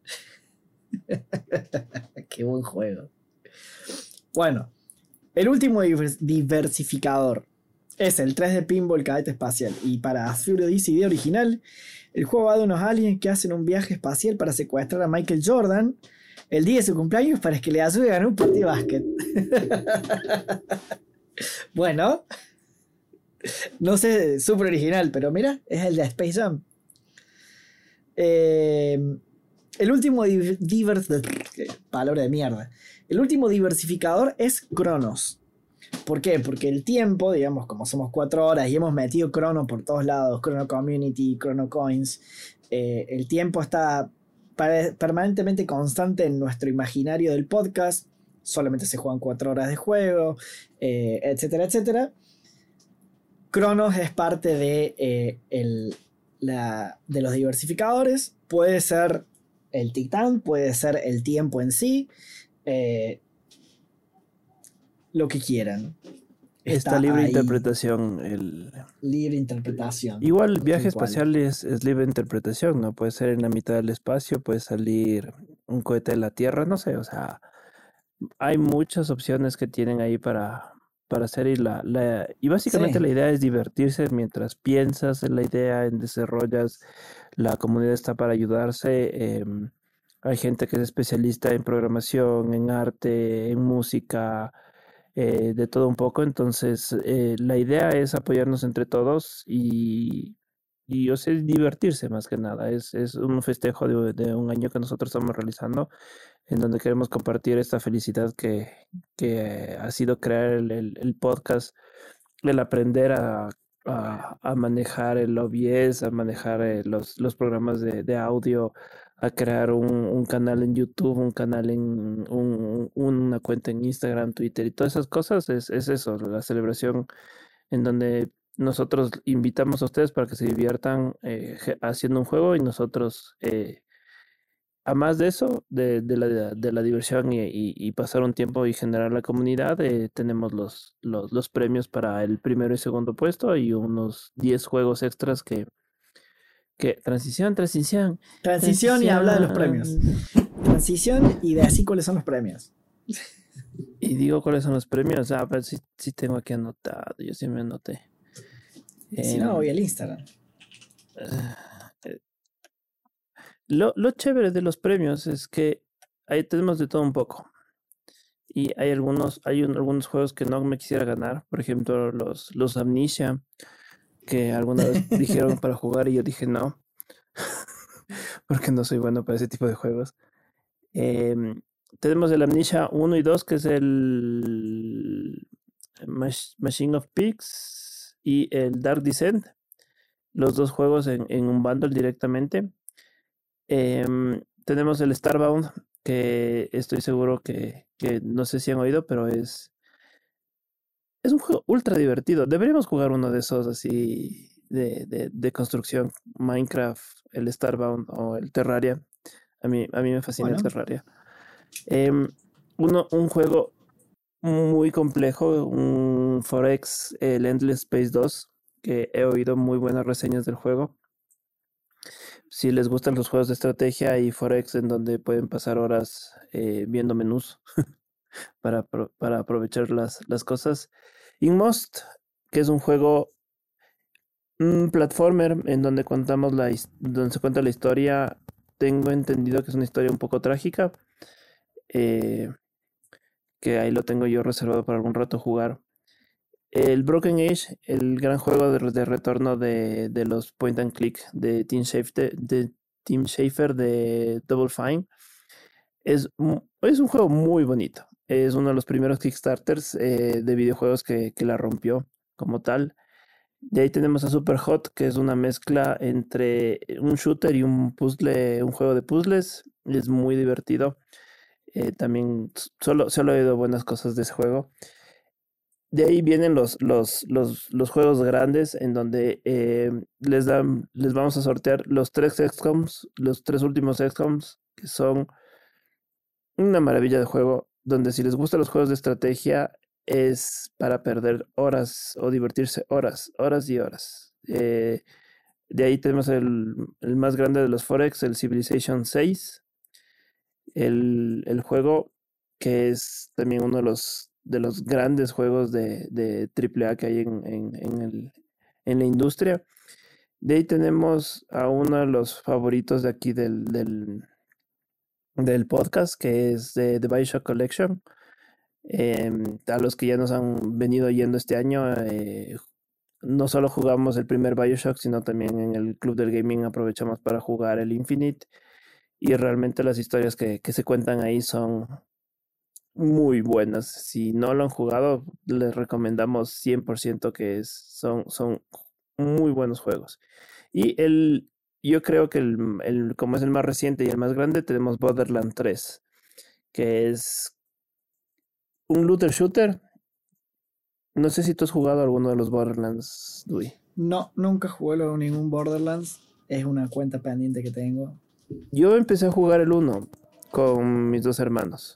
Speaker 1: Qué buen juego. Bueno, el último divers- diversificador es el tres de Pinball Cadete Espacial. Y para Asfuro dice idea original, el juego va de unos aliens que hacen un viaje espacial para secuestrar a Michael Jordan el día de su cumpleaños para que le ayude a ganar un partido de básquet. Bueno, no sé, súper original, pero mira, es el de Space Jam. Eh, el último div- divers... palabra de mierda. El último diversificador es Cronos. ¿Por qué? Porque el tiempo, digamos, como somos cuatro horas y hemos metido Crono por todos lados, Chrono Community, Chrono Coins, eh, el tiempo está per- permanentemente constante en nuestro imaginario del podcast. Solamente se juegan cuatro horas de juego, eh, etcétera, etcétera. Cronos es parte de, eh, el, la, de los diversificadores. Puede ser el titán, puede ser el tiempo en sí. Eh, lo que quieran.
Speaker 2: Está
Speaker 1: Está
Speaker 2: libre
Speaker 1: ahí.
Speaker 2: interpretación. El...
Speaker 1: Libre interpretación.
Speaker 2: Igual viaje
Speaker 1: Tal cual.
Speaker 2: espacial es, es libre interpretación, ¿no? Puede ser en la mitad del espacio, puede salir un cohete de la Tierra, no sé, o sea, hay muchas opciones que tienen ahí para, para hacer y la, la y básicamente
Speaker 1: Sí.
Speaker 2: la idea es divertirse mientras piensas en la idea, en desarrollas, la comunidad está para ayudarse. em, hay gente que es especialista en programación, en arte, en música, eh, de todo un poco. Entonces, eh, la idea es apoyarnos entre todos y, y o sea, divertirse más que nada. Es, es un festejo de, de un año que nosotros estamos realizando, en donde queremos compartir esta felicidad que, que ha sido crear el, el, el podcast, el aprender a, a, a manejar el O B S, a manejar eh, los, los programas de, de audio, a crear un, un canal en YouTube, un canal en un, una cuenta en Instagram, Twitter y todas esas cosas. Es, es eso, la celebración en donde nosotros invitamos a ustedes para que se diviertan eh, haciendo un juego y nosotros... Eh, a más de eso, de, de la, de la diversión y, y- y pasar un tiempo y generar la comunidad, eh, tenemos los, los, los premios para el primero y segundo puesto y unos diez juegos extras que, que transición, transición,
Speaker 1: Transición y habla de los premios.
Speaker 2: transición.
Speaker 1: Transición y de así cuáles son los premios.
Speaker 2: Y digo cuáles son los premios. Ah, pero sí, sí tengo aquí anotado, yo sí me anoté.
Speaker 1: Si no,
Speaker 2: Em,
Speaker 1: voy al Instagram.
Speaker 2: eh, lo, lo chévere de los premios es que ahí tenemos de todo un poco. Y hay algunos, hay un- algunos juegos que no me quisiera ganar. Por ejemplo, los, los Amnesia, que alguna vez dijeron para jugar y yo dije no, porque no soy bueno para ese tipo de juegos. Em, tenemos el Amnesia uno y dos, que es el Mach- Machine of Pigs y el Dark Descent. Los dos juegos en, en un bundle directamente. Em, tenemos el Starbound, que estoy seguro que, que no sé si han oído, pero es Es un juego ultra divertido. Deberíamos jugar uno de esos así de, de, de construcción. Minecraft, el Starbound o el Terraria. A mí, a mí me fascina el
Speaker 1: Bueno,
Speaker 2: Terraria. Em, uno, un juego muy complejo, un Forex, el Endless Space dos, que he oído muy buenas reseñas del juego. Si les gustan los juegos de estrategia y Forex en donde pueden pasar horas eh, viendo menús para, apro- para aprovechar las, las cosas. Inmost, que es un juego, un platformer en donde contamos la, his- donde se cuenta la historia. Tengo entendido que es una historia un poco trágica, eh, que ahí lo tengo yo reservado para algún rato jugar. el Broken Age, el gran juego de, de retorno de, de los point and click de Tim Schafer, de, Tim Schafer de Double Fine, es, es un juego muy bonito. Es uno de los primeros Kickstarters eh, de videojuegos que, que la rompió como tal. De ahí tenemos a Super Hot, que es una mezcla entre un shooter y un puzzle, un juego de puzzles. Es muy divertido. Eh, también solo, solo he oído buenas cosas de ese juego. De ahí vienen los, los, los, los juegos grandes en donde eh, les, dan, les vamos a sortear los tres X COMs, los tres últimos X COMs, que son una maravilla de juego, donde si les gustan los juegos de estrategia es para perder horas o divertirse horas, horas y horas. Eh, de ahí tenemos el, el más grande de los Forex, el Civilization seis, el, el juego que es también uno de los, de los grandes juegos de, de triple A que hay en, en, en, el, en la industria. De ahí tenemos a uno de los favoritos de aquí del, del, del podcast, que es de The Bioshock Collection. Eh, a los que ya nos han venido yendo este año, eh, no solo jugamos el primer Bioshock, sino también en el Club del Gaming aprovechamos para jugar el Infinite. Y realmente las historias que, que se cuentan ahí son muy buenas. Si no lo han jugado, les recomendamos cien por ciento que es, son, son muy buenos juegos. Y el, yo creo que el, el, como es el más reciente y el más grande, tenemos Borderlands tres, que es un looter shooter. No sé si tú has jugado alguno de los Borderlands, Dui.
Speaker 1: No, nunca jugué luego ningún Borderlands. Es una cuenta pendiente que tengo.
Speaker 2: Yo empecé a jugar el uno con mis dos hermanos.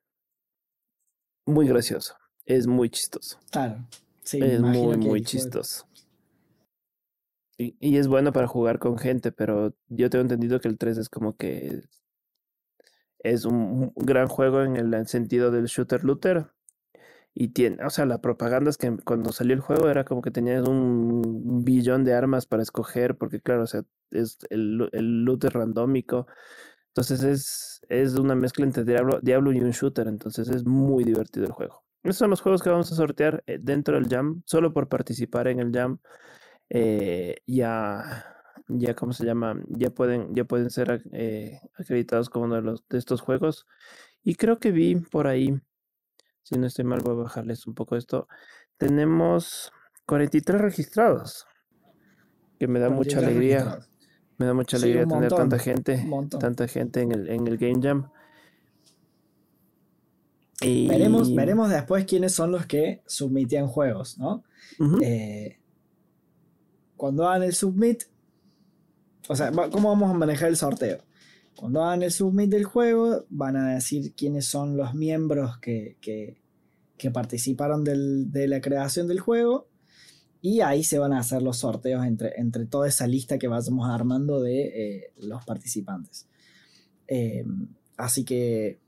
Speaker 2: Muy gracioso. Es muy chistoso.
Speaker 1: Claro. Sí,
Speaker 2: es muy,
Speaker 1: que
Speaker 2: muy chistoso. Y, y es bueno para jugar con gente, pero yo tengo entendido que el tres es como que es un, un gran juego en el sentido del shooter looter. Y tiene, o sea, la propaganda es que cuando salió el juego era como que tenías un billón de armas para escoger, porque claro, o sea, es el, el loot es randómico. Entonces es, es una mezcla entre Diablo, Diablo y un shooter, entonces es muy divertido el juego. Esos son los juegos que vamos a sortear dentro del Jam, solo por participar en el Jam. Eh, ya, ya, ¿cómo se llama? Ya pueden, ya pueden ser eh, acreditados como uno de, los, de estos juegos. Y creo que vi por ahí, si no estoy mal, voy a bajarles un poco esto. Tenemos cuarenta y tres registrados, que me da mucha alegría. Me da mucha alegría sí, tener montón, tanta gente, tanta gente en el, en el Game Jam.
Speaker 1: Y... Veremos, veremos después quiénes son los que submitían juegos, ¿no? Uh-huh. Eh, cuando hagan el submit, o sea, ¿cómo vamos a manejar el sorteo? Cuando hagan el submit del juego, van a decir quiénes son los miembros que, que, que participaron del, de la creación del juego. Y ahí se van a hacer los sorteos entre, entre toda esa lista que vayamos armando de eh, los participantes. Eh, así que,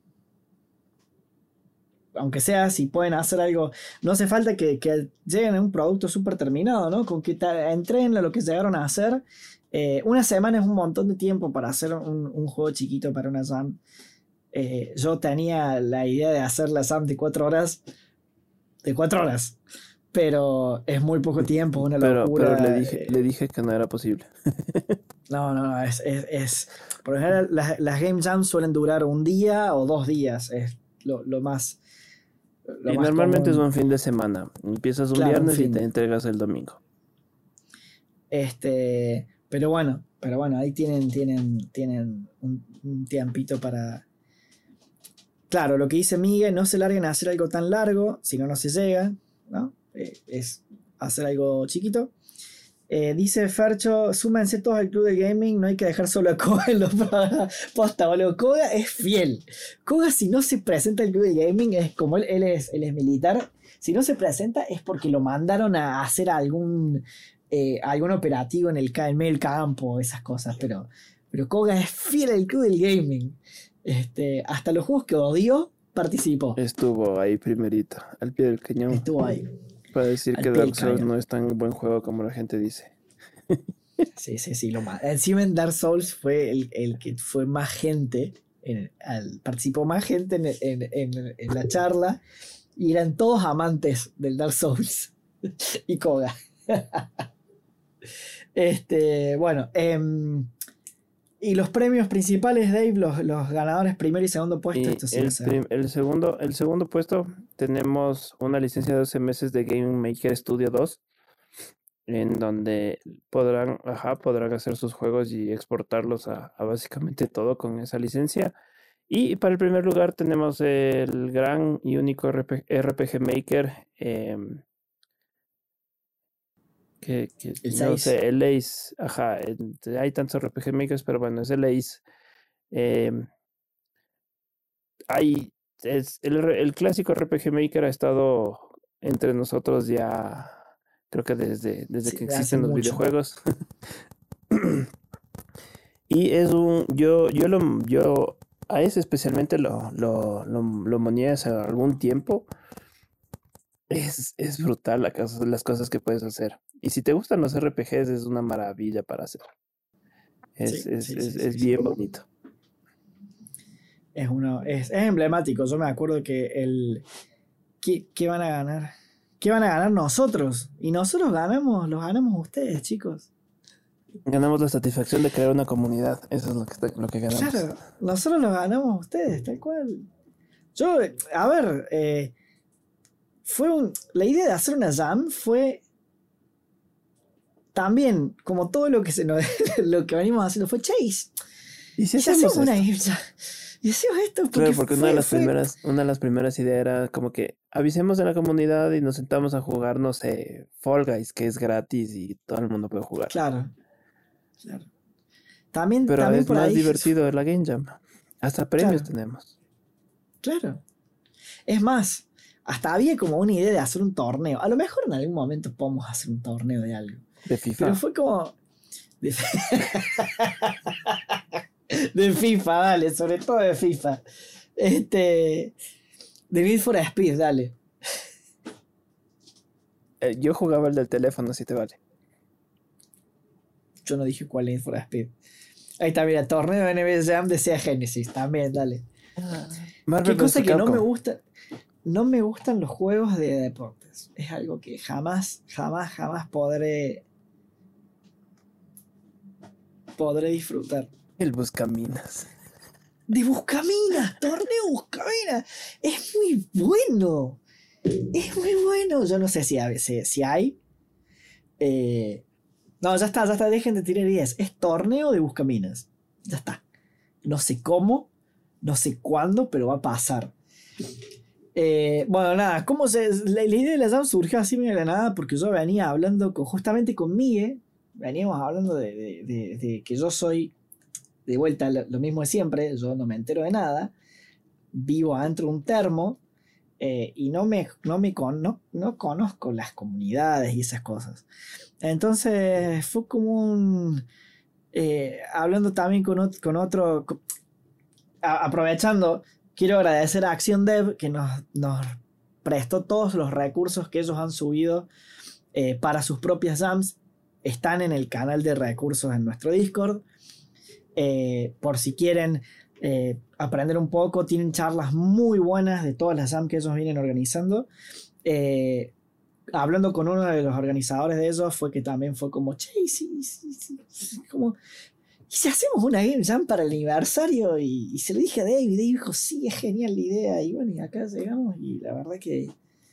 Speaker 1: aunque sea, si pueden hacer algo, no hace falta que, que lleguen a un producto súper terminado, ¿no? Con que entren a lo que llegaron a hacer. Eh, una semana es un montón de tiempo para hacer un, un juego chiquito para una Jam. Eh, yo tenía la idea de hacer la Jam de cuatro horas. De cuatro horas. Pero es muy poco tiempo, una
Speaker 2: pero,
Speaker 1: locura.
Speaker 2: Pero le dije, eh, le dije que no era posible.
Speaker 1: no, no, no, es, es, es por lo general las, las Game Jams suelen durar un día o dos días, es lo, lo más...
Speaker 2: Lo y más normalmente común. Es un fin de semana, empiezas un claro, viernes un y te entregas el domingo.
Speaker 1: Este, pero bueno, pero bueno, ahí tienen, tienen, tienen un, un tiempito para... Claro, lo que dice Miguel, no se larguen a hacer algo tan largo, si no, no se llega, ¿no? Es hacer algo chiquito. Eh, dice Fercho, súmense todos al club del gaming, no hay que dejar solo a Koga en los programas. Posta, boludo. Koga es fiel. Koga, si no se presenta al club del gaming, es como él, él, es, él es militar. Si no se presenta es porque lo mandaron a hacer algún, eh, algún operativo en el, en medio del campo, esas cosas. Pero, pero Koga es fiel al club del gaming. Este, hasta los juegos que odió, participó.
Speaker 2: Estuvo ahí primerito, al pie del cañón.
Speaker 1: Estuvo ahí.
Speaker 2: Para decir que Dark Souls no es tan buen juego como la gente dice.
Speaker 1: Sí, sí, sí. Lo más. Encima en Dark Souls fue el, el que fue más gente. En, al, participó más gente en, en, en, en la charla. Y eran todos amantes del Dark Souls y Koga. Este, bueno, eh, y los premios principales, Dave, los, los ganadores primero y segundo puesto,
Speaker 2: Y
Speaker 1: esto sí
Speaker 2: el,
Speaker 1: no sé.
Speaker 2: prim- el segundo, el segundo puesto tenemos una licencia de doce meses de Game Maker Studio dos, en donde podrán, ajá, podrán hacer sus juegos y exportarlos a, a básicamente todo con esa licencia. Y para el primer lugar tenemos el gran y único R P R P G Maker, em, que, que
Speaker 1: El
Speaker 2: no
Speaker 1: seis.
Speaker 2: sé, el Ace, ajá, en- hay tantos R P G Makers, pero bueno, es el Ace. em, hay, es, el, R- el clásico R P G Maker ha estado entre nosotros ya, creo que desde, desde
Speaker 1: Sí,
Speaker 2: que
Speaker 1: de hace
Speaker 2: existen los
Speaker 1: mucho.
Speaker 2: videojuegos. Y es un, yo, yo lo, yo a ese especialmente lo, lo, lo, lo moneé hace algún tiempo. Es, es brutal la cosa- las cosas que puedes hacer. Y si te gustan los R P Gs, es una maravilla para hacer. Es,
Speaker 1: Sí,
Speaker 2: es,
Speaker 1: sí,
Speaker 2: es,
Speaker 1: sí,
Speaker 2: es
Speaker 1: sí, sí.
Speaker 2: bien bonito.
Speaker 1: Es, uno, es, es emblemático. Yo me acuerdo que el... ¿Qué, qué van a ganar? ¿Qué van a ganar nosotros? Y nosotros ganamos, los ganamos ustedes, chicos.
Speaker 2: Ganamos la satisfacción de crear una comunidad. Eso es lo que, está- lo que ganamos.
Speaker 1: Claro, nosotros los ganamos ustedes, tal cual. Yo, a ver, eh, fue un, la idea de hacer una jam fue también, como todo lo que, se nos, lo que venimos haciendo, fue Chase.
Speaker 2: ¿Y si
Speaker 1: Y si hacemos
Speaker 2: hacemos
Speaker 1: una
Speaker 2: esto?
Speaker 1: jam, y hacemos esto porque,
Speaker 2: Claro, porque una de
Speaker 1: fue,
Speaker 2: las
Speaker 1: fue,
Speaker 2: primeras, una de las primeras ideas era como que avisemos en la comunidad y nos sentamos a jugar, no sé, Fall Guys, que es gratis y todo el mundo puede jugar.
Speaker 1: claro, claro. También,
Speaker 2: Pero
Speaker 1: también
Speaker 2: es
Speaker 1: por
Speaker 2: más
Speaker 1: ahí,
Speaker 2: divertido la Game Jam. Hasta premios
Speaker 1: claro,
Speaker 2: tenemos.
Speaker 1: claro. Es más, hasta había como una idea de hacer un torneo. A lo mejor en algún momento podemos hacer un torneo de algo.
Speaker 2: De
Speaker 1: Pero
Speaker 2: FIFA.
Speaker 1: fue como... De, de FIFA, dale, sobre todo de FIFA. Este... De Need for Speed, dale.
Speaker 2: Eh, yo jugaba el del teléfono, si te vale.
Speaker 1: Yo no dije cuál Need for Speed. Ahí está, mira, torneo de N B A Jam de Sega Genesis, también, dale.
Speaker 2: Marvel
Speaker 1: Qué cosa
Speaker 2: versus.
Speaker 1: que no me
Speaker 2: Capcom.
Speaker 1: gusta. No me gustan los juegos de deportes. Es algo que jamás, jamás, jamás podré. Podré disfrutar.
Speaker 2: El Buscaminas.
Speaker 1: De Buscaminas, torneo Buscaminas. Es muy bueno. Es muy bueno. Yo no sé si, a veces, si hay. Eh, no, ya está, ya está. Dejen de tirar ideas. Es torneo de Buscaminas. Ya está. No sé cómo, no sé cuándo, pero va a pasar. Eh, bueno, nada, ¿cómo se, la, la idea de la jam surgió así medio de la nada porque yo venía hablando con, justamente con Migue, veníamos hablando de, de, de, de que yo soy de vuelta lo, lo mismo de siempre, yo no me entero de nada, vivo adentro de un termo eh, y no me, no, me con, no, no conozco las comunidades y esas cosas. Entonces fue como un... Eh, hablando también con, ot- con otro... con- a- aprovechando, quiero agradecer a Acción Dev que nos, nos prestó todos los recursos que ellos han subido eh, para sus propias jams. Están en el canal de recursos en nuestro Discord. Eh, por si quieren eh, aprender un poco, tienen charlas muy buenas de todas las jams que ellos vienen organizando. Eh, hablando con uno de los organizadores de ellos, fue que también fue como, che, sí, sí, sí, sí, como, ¿y si hacemos una Game Jam para el aniversario? Y, y se lo dije a David, y David dijo, sí, es genial la idea. Y bueno, y acá llegamos y la verdad que,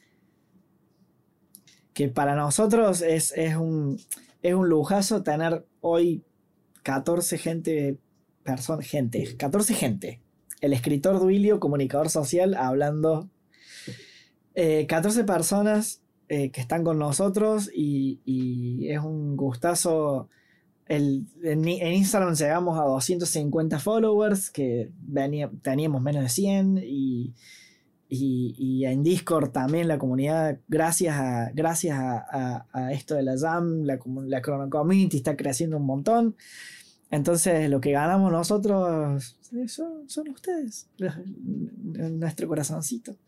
Speaker 1: que para nosotros es, es, un, es un lujazo tener hoy catorce gente, person, gente, catorce gente. El escritor Duilio, comunicador social, hablando. Eh, catorce personas eh, que están con nosotros y, y es un gustazo. El, en, en Instagram llegamos a doscientos cincuenta followers, que venía, teníamos menos de cien, y, y, y en Discord también la comunidad, gracias a, gracias a, a, a esto de la Jam, la, la Chrono Community está creciendo un montón. Entonces lo que ganamos nosotros son, son ustedes, nuestro corazoncito.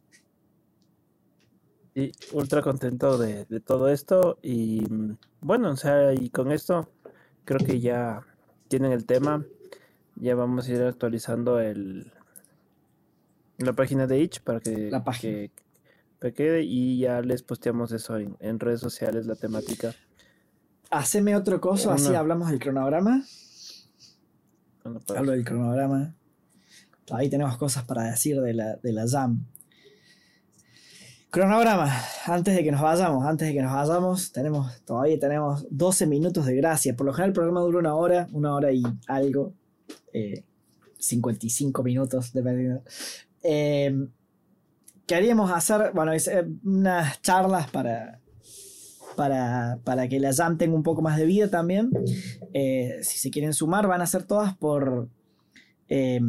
Speaker 2: Y ultra contento de, de todo esto. Y mm, bueno, o sea, y con esto creo que ya tienen el tema. Ya vamos a ir actualizando el, la página de Itch para que,
Speaker 1: La página.
Speaker 2: que, que quede y ya les posteamos eso en, en redes sociales, la temática.
Speaker 1: Haceme otro coso, así
Speaker 2: Una.
Speaker 1: hablamos del cronograma.
Speaker 2: Bueno, para-
Speaker 1: Hablo del cronograma. Ahí tenemos cosas para decir de la, de la jam. Cronograma, antes de que nos vayamos, antes de que nos vayamos, tenemos, todavía tenemos doce minutos de gracia. Por lo general el programa dura una hora, una hora y algo. Eh, cincuenta y cinco minutos, dependiendo. Eh, queríamos hacer, bueno, es, eh, unas charlas para, para, para que la jam tenga un poco más de vida también. Eh, si se quieren sumar, van a ser todas por... Eh,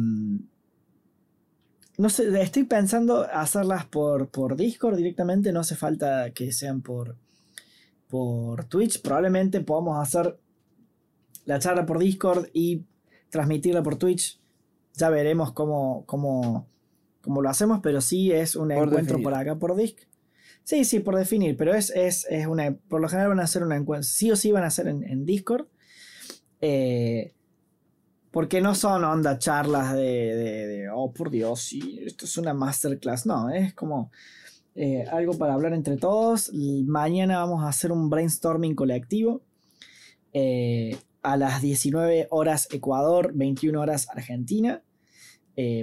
Speaker 1: no sé, estoy pensando hacerlas por, por Discord directamente, no hace falta que sean por, por Twitch. Probablemente podamos hacer la charla por Discord y transmitirla por Twitch. Ya veremos cómo, cómo, cómo lo hacemos, pero sí es un
Speaker 2: Por
Speaker 1: encuentro
Speaker 2: definir.
Speaker 1: por acá por Disc. Sí, sí, por definir, pero es, es, es una. Por lo general van a hacer un encuentro. Sí o sí van a hacer en, en Discord. Eh, porque no son onda charlas de, de, de, oh por Dios, sí, esto es una masterclass. No, es como eh, algo para hablar entre todos. Mañana vamos a hacer un brainstorming colectivo. Eh, a las diecinueve horas Ecuador, veintiuna horas Argentina. Eh,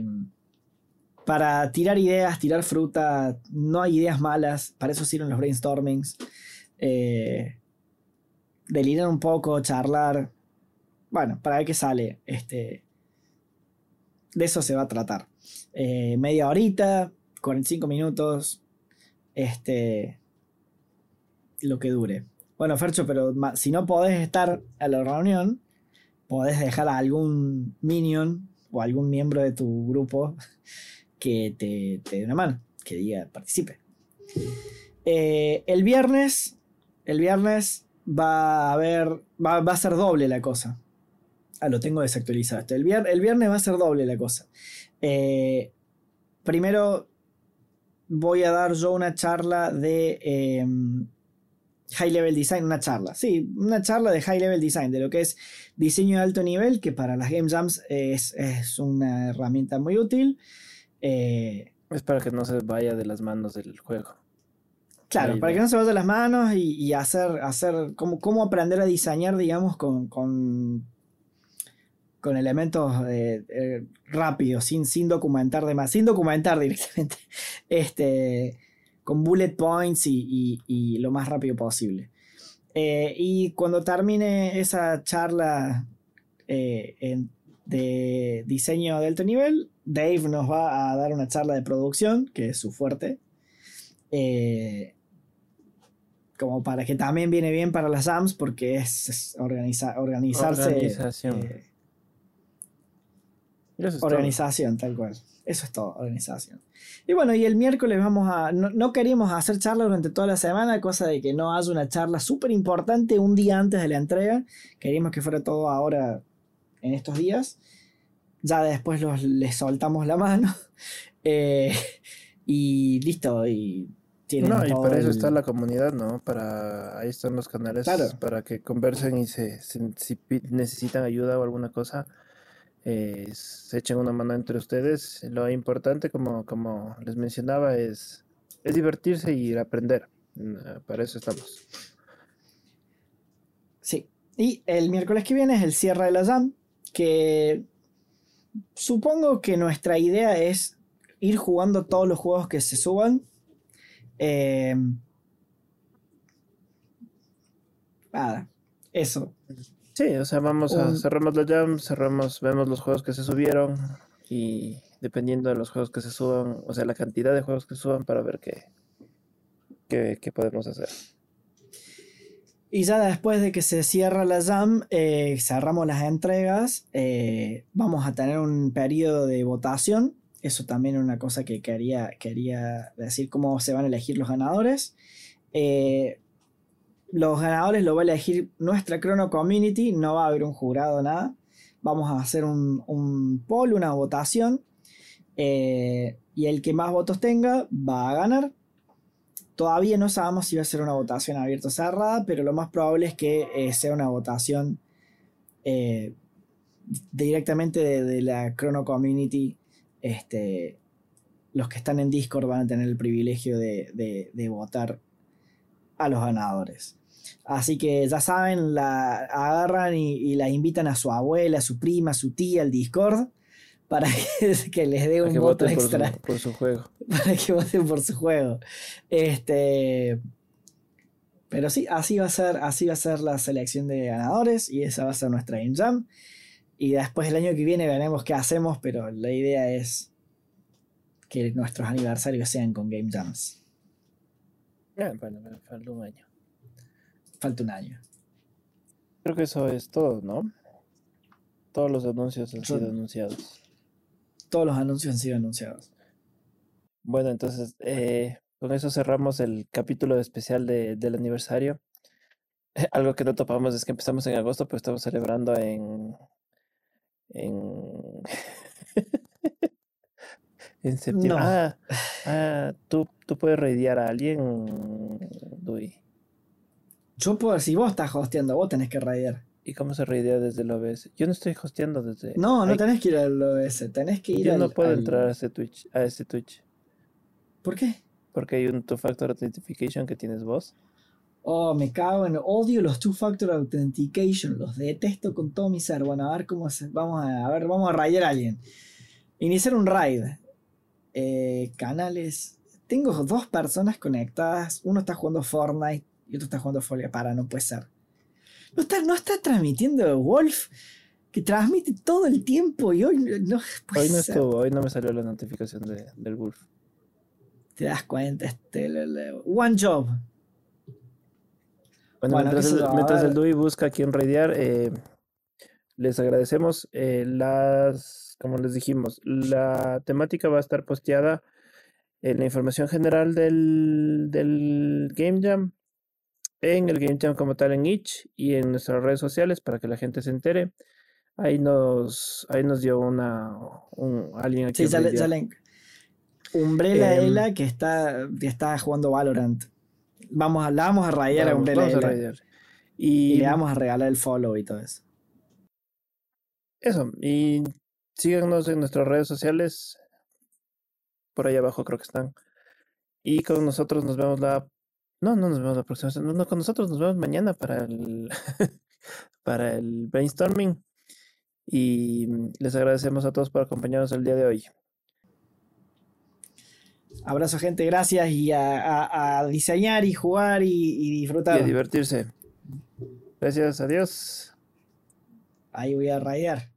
Speaker 1: para tirar ideas, tirar fruta. No hay ideas malas. Para eso sirven los brainstormings. Eh, delirar un poco, charlar. Bueno, para ver qué sale. Este, de eso se va a tratar. Eh, media horita, cuarenta y cinco minutos. Este, lo que dure. Bueno, Fercho, pero si no podés estar a la reunión, podés dejar a algún minion o algún miembro de tu grupo que te, te dé una mano, que diga, participe. Eh, el viernes, el viernes va a haber, va, va a ser doble la cosa. Ah, lo tengo desactualizado. El, vier, el viernes va a ser doble la cosa. Eh, primero voy a dar yo una charla de eh, High Level Design, una charla, sí, una charla de High Level Design, de lo que es diseño de alto nivel, que para las Game Jams es, es una herramienta muy útil. Eh,
Speaker 2: es para que no se vaya de las manos del juego.
Speaker 1: Claro, para que no se vaya de las manos y, y hacer, hacer cómo, cómo aprender a diseñar, digamos, con, con, con elementos eh, eh, rápidos, sin, sin documentar demás, sin documentar directamente, este, con bullet points y, y, y lo más rápido posible. Eh, y cuando termine esa charla eh, en, de diseño de alto nivel, Dave nos va a dar una charla de producción, que es su fuerte. Eh, como para que también viene bien para las A M S, porque es, es organiza, organizarse.
Speaker 2: Organización.
Speaker 1: Eh,
Speaker 2: Eso es
Speaker 1: organización, todo. Tal cual. Eso es todo, organización. Y bueno, y el miércoles vamos a... No, no queríamos hacer charla durante toda la semana, cosa de que no haya una charla súper importante un día antes de la entrega. Queríamos que fuera todo ahora, en estos días. Ya después los, les soltamos la mano. Eh, y listo, y...
Speaker 2: No, y para eso el... está la comunidad, ¿no? Para ahí están los canales, claro, para que conversen y se, se si necesitan ayuda o alguna cosa, eh, se echen una mano entre ustedes. Lo importante, como, como les mencionaba, es, es divertirse y aprender. Para eso estamos.
Speaker 1: Sí. Y el miércoles que viene es el cierre de la jam, que supongo que nuestra idea es ir jugando todos los juegos que se suban. Eh, nada, eso.
Speaker 2: Sí, o sea, vamos a um, cerramos la jam, cerramos, vemos los juegos que se subieron y dependiendo de los juegos que se suban, o sea, la cantidad de juegos que suban para ver qué, qué, qué podemos hacer.
Speaker 1: Y ya después de que se cierra la jam, eh, cerramos las entregas, eh, vamos a tener un periodo de votación. Eso también es una cosa que quería, quería decir, cómo se van a elegir los ganadores. Eh, los ganadores lo va a elegir nuestra Chrono Community, no va a haber un jurado, nada. Vamos a hacer un, un poll, una votación, eh, y el que más votos tenga va a ganar. Todavía no sabemos si va a ser una votación abierta o cerrada, pero lo más probable es que eh, sea una votación eh, directamente de, de la Chrono Community. Este, los que están en Discord van a tener el privilegio de, de, de votar a los ganadores. Así que ya saben, la agarran y, y la invitan a su abuela, a su prima, a su tía al Discord para que, que les dé un
Speaker 2: que
Speaker 1: voto
Speaker 2: voten
Speaker 1: extra.
Speaker 2: Por su, por su juego.
Speaker 1: Para que voten por su juego. Este. Pero sí, así va a ser, así va a ser la selección de ganadores. Y esa va a ser nuestra Game Jam. Y después el año que viene veremos qué hacemos. Pero la idea es que nuestros aniversarios sean con Game Jams.
Speaker 2: Ah, bueno, me falta un año.
Speaker 1: Falta un año.
Speaker 2: Creo que eso es todo, ¿no? Todos los anuncios han
Speaker 1: Son,
Speaker 2: sido anunciados.
Speaker 1: Todos los anuncios han sido anunciados.
Speaker 2: Bueno, entonces eh, con eso cerramos el capítulo especial de, del aniversario. Algo que no topamos es que empezamos en agosto, pero estamos celebrando en en, en septiembre.
Speaker 1: No.
Speaker 2: Ah, ah ¿tú, tú puedes raidear a alguien, Dui.
Speaker 1: Yo puedo, si vos estás hosteando, vos tenés que raidear.
Speaker 2: ¿Y cómo se raidea desde el O B S? Yo no estoy hosteando desde...
Speaker 1: No, no
Speaker 2: Ay,
Speaker 1: tenés que ir al O B S, tenés que ir
Speaker 2: yo
Speaker 1: al...
Speaker 2: no puedo
Speaker 1: al...
Speaker 2: entrar a ese Twitch, a ese Twitch.
Speaker 1: ¿Por qué?
Speaker 2: Porque hay un two-factor authentication que tienes vos.
Speaker 1: Oh, me cago en... Odio los two-factor authentication, los detesto con todo mi ser. Bueno, a ver cómo se... Vamos a, a ver, vamos a raidear a alguien. Iniciar un raid. Eh, canales. Tengo dos personas conectadas. Uno está jugando Fortnite y otro está jugando Folia. Para, no puede ser. No está, no está transmitiendo Wolf, que transmite todo el tiempo y hoy no puede
Speaker 2: Hoy no
Speaker 1: ser.
Speaker 2: estuvo, hoy no me salió la notificación de, del Wolf.
Speaker 1: Te das cuenta, este... Le, le, one job.
Speaker 2: Bueno,
Speaker 1: Bueno,
Speaker 2: mientras,
Speaker 1: qué sé
Speaker 2: el,
Speaker 1: yo, a
Speaker 2: mientras el
Speaker 1: ver.
Speaker 2: Dui busca a quien raidear, eh, les agradecemos. eh, las, como les dijimos, la temática va a estar posteada en la información general del, del Game Jam, en el Game Jam como tal en Itch y en nuestras redes sociales para que la gente se entere. Ahí nos, ahí nos dio una un, alguien aquí.
Speaker 1: Sí, sale, sale Umbrella
Speaker 2: Em,
Speaker 1: Ela que está, que está jugando Valorant. Vamos a, la vamos a raidear a
Speaker 2: vamos,
Speaker 1: Umbrella
Speaker 2: vamos a
Speaker 1: Ela
Speaker 2: raidear.
Speaker 1: y
Speaker 2: Y
Speaker 1: le vamos a regalar el follow y todo eso.
Speaker 2: eso, y síganos en nuestras redes sociales. Por ahí abajo creo que están. Y con nosotros nos vemos la... No, no nos vemos la próxima semana. No, con nosotros nos vemos mañana para el, para el brainstorming. Y les agradecemos a todos por acompañarnos el día de hoy.
Speaker 1: Abrazo, gente, gracias y a, a, a diseñar y jugar y, y disfrutar.
Speaker 2: Y a divertirse. Gracias, adiós.
Speaker 1: Ahí voy a raidear.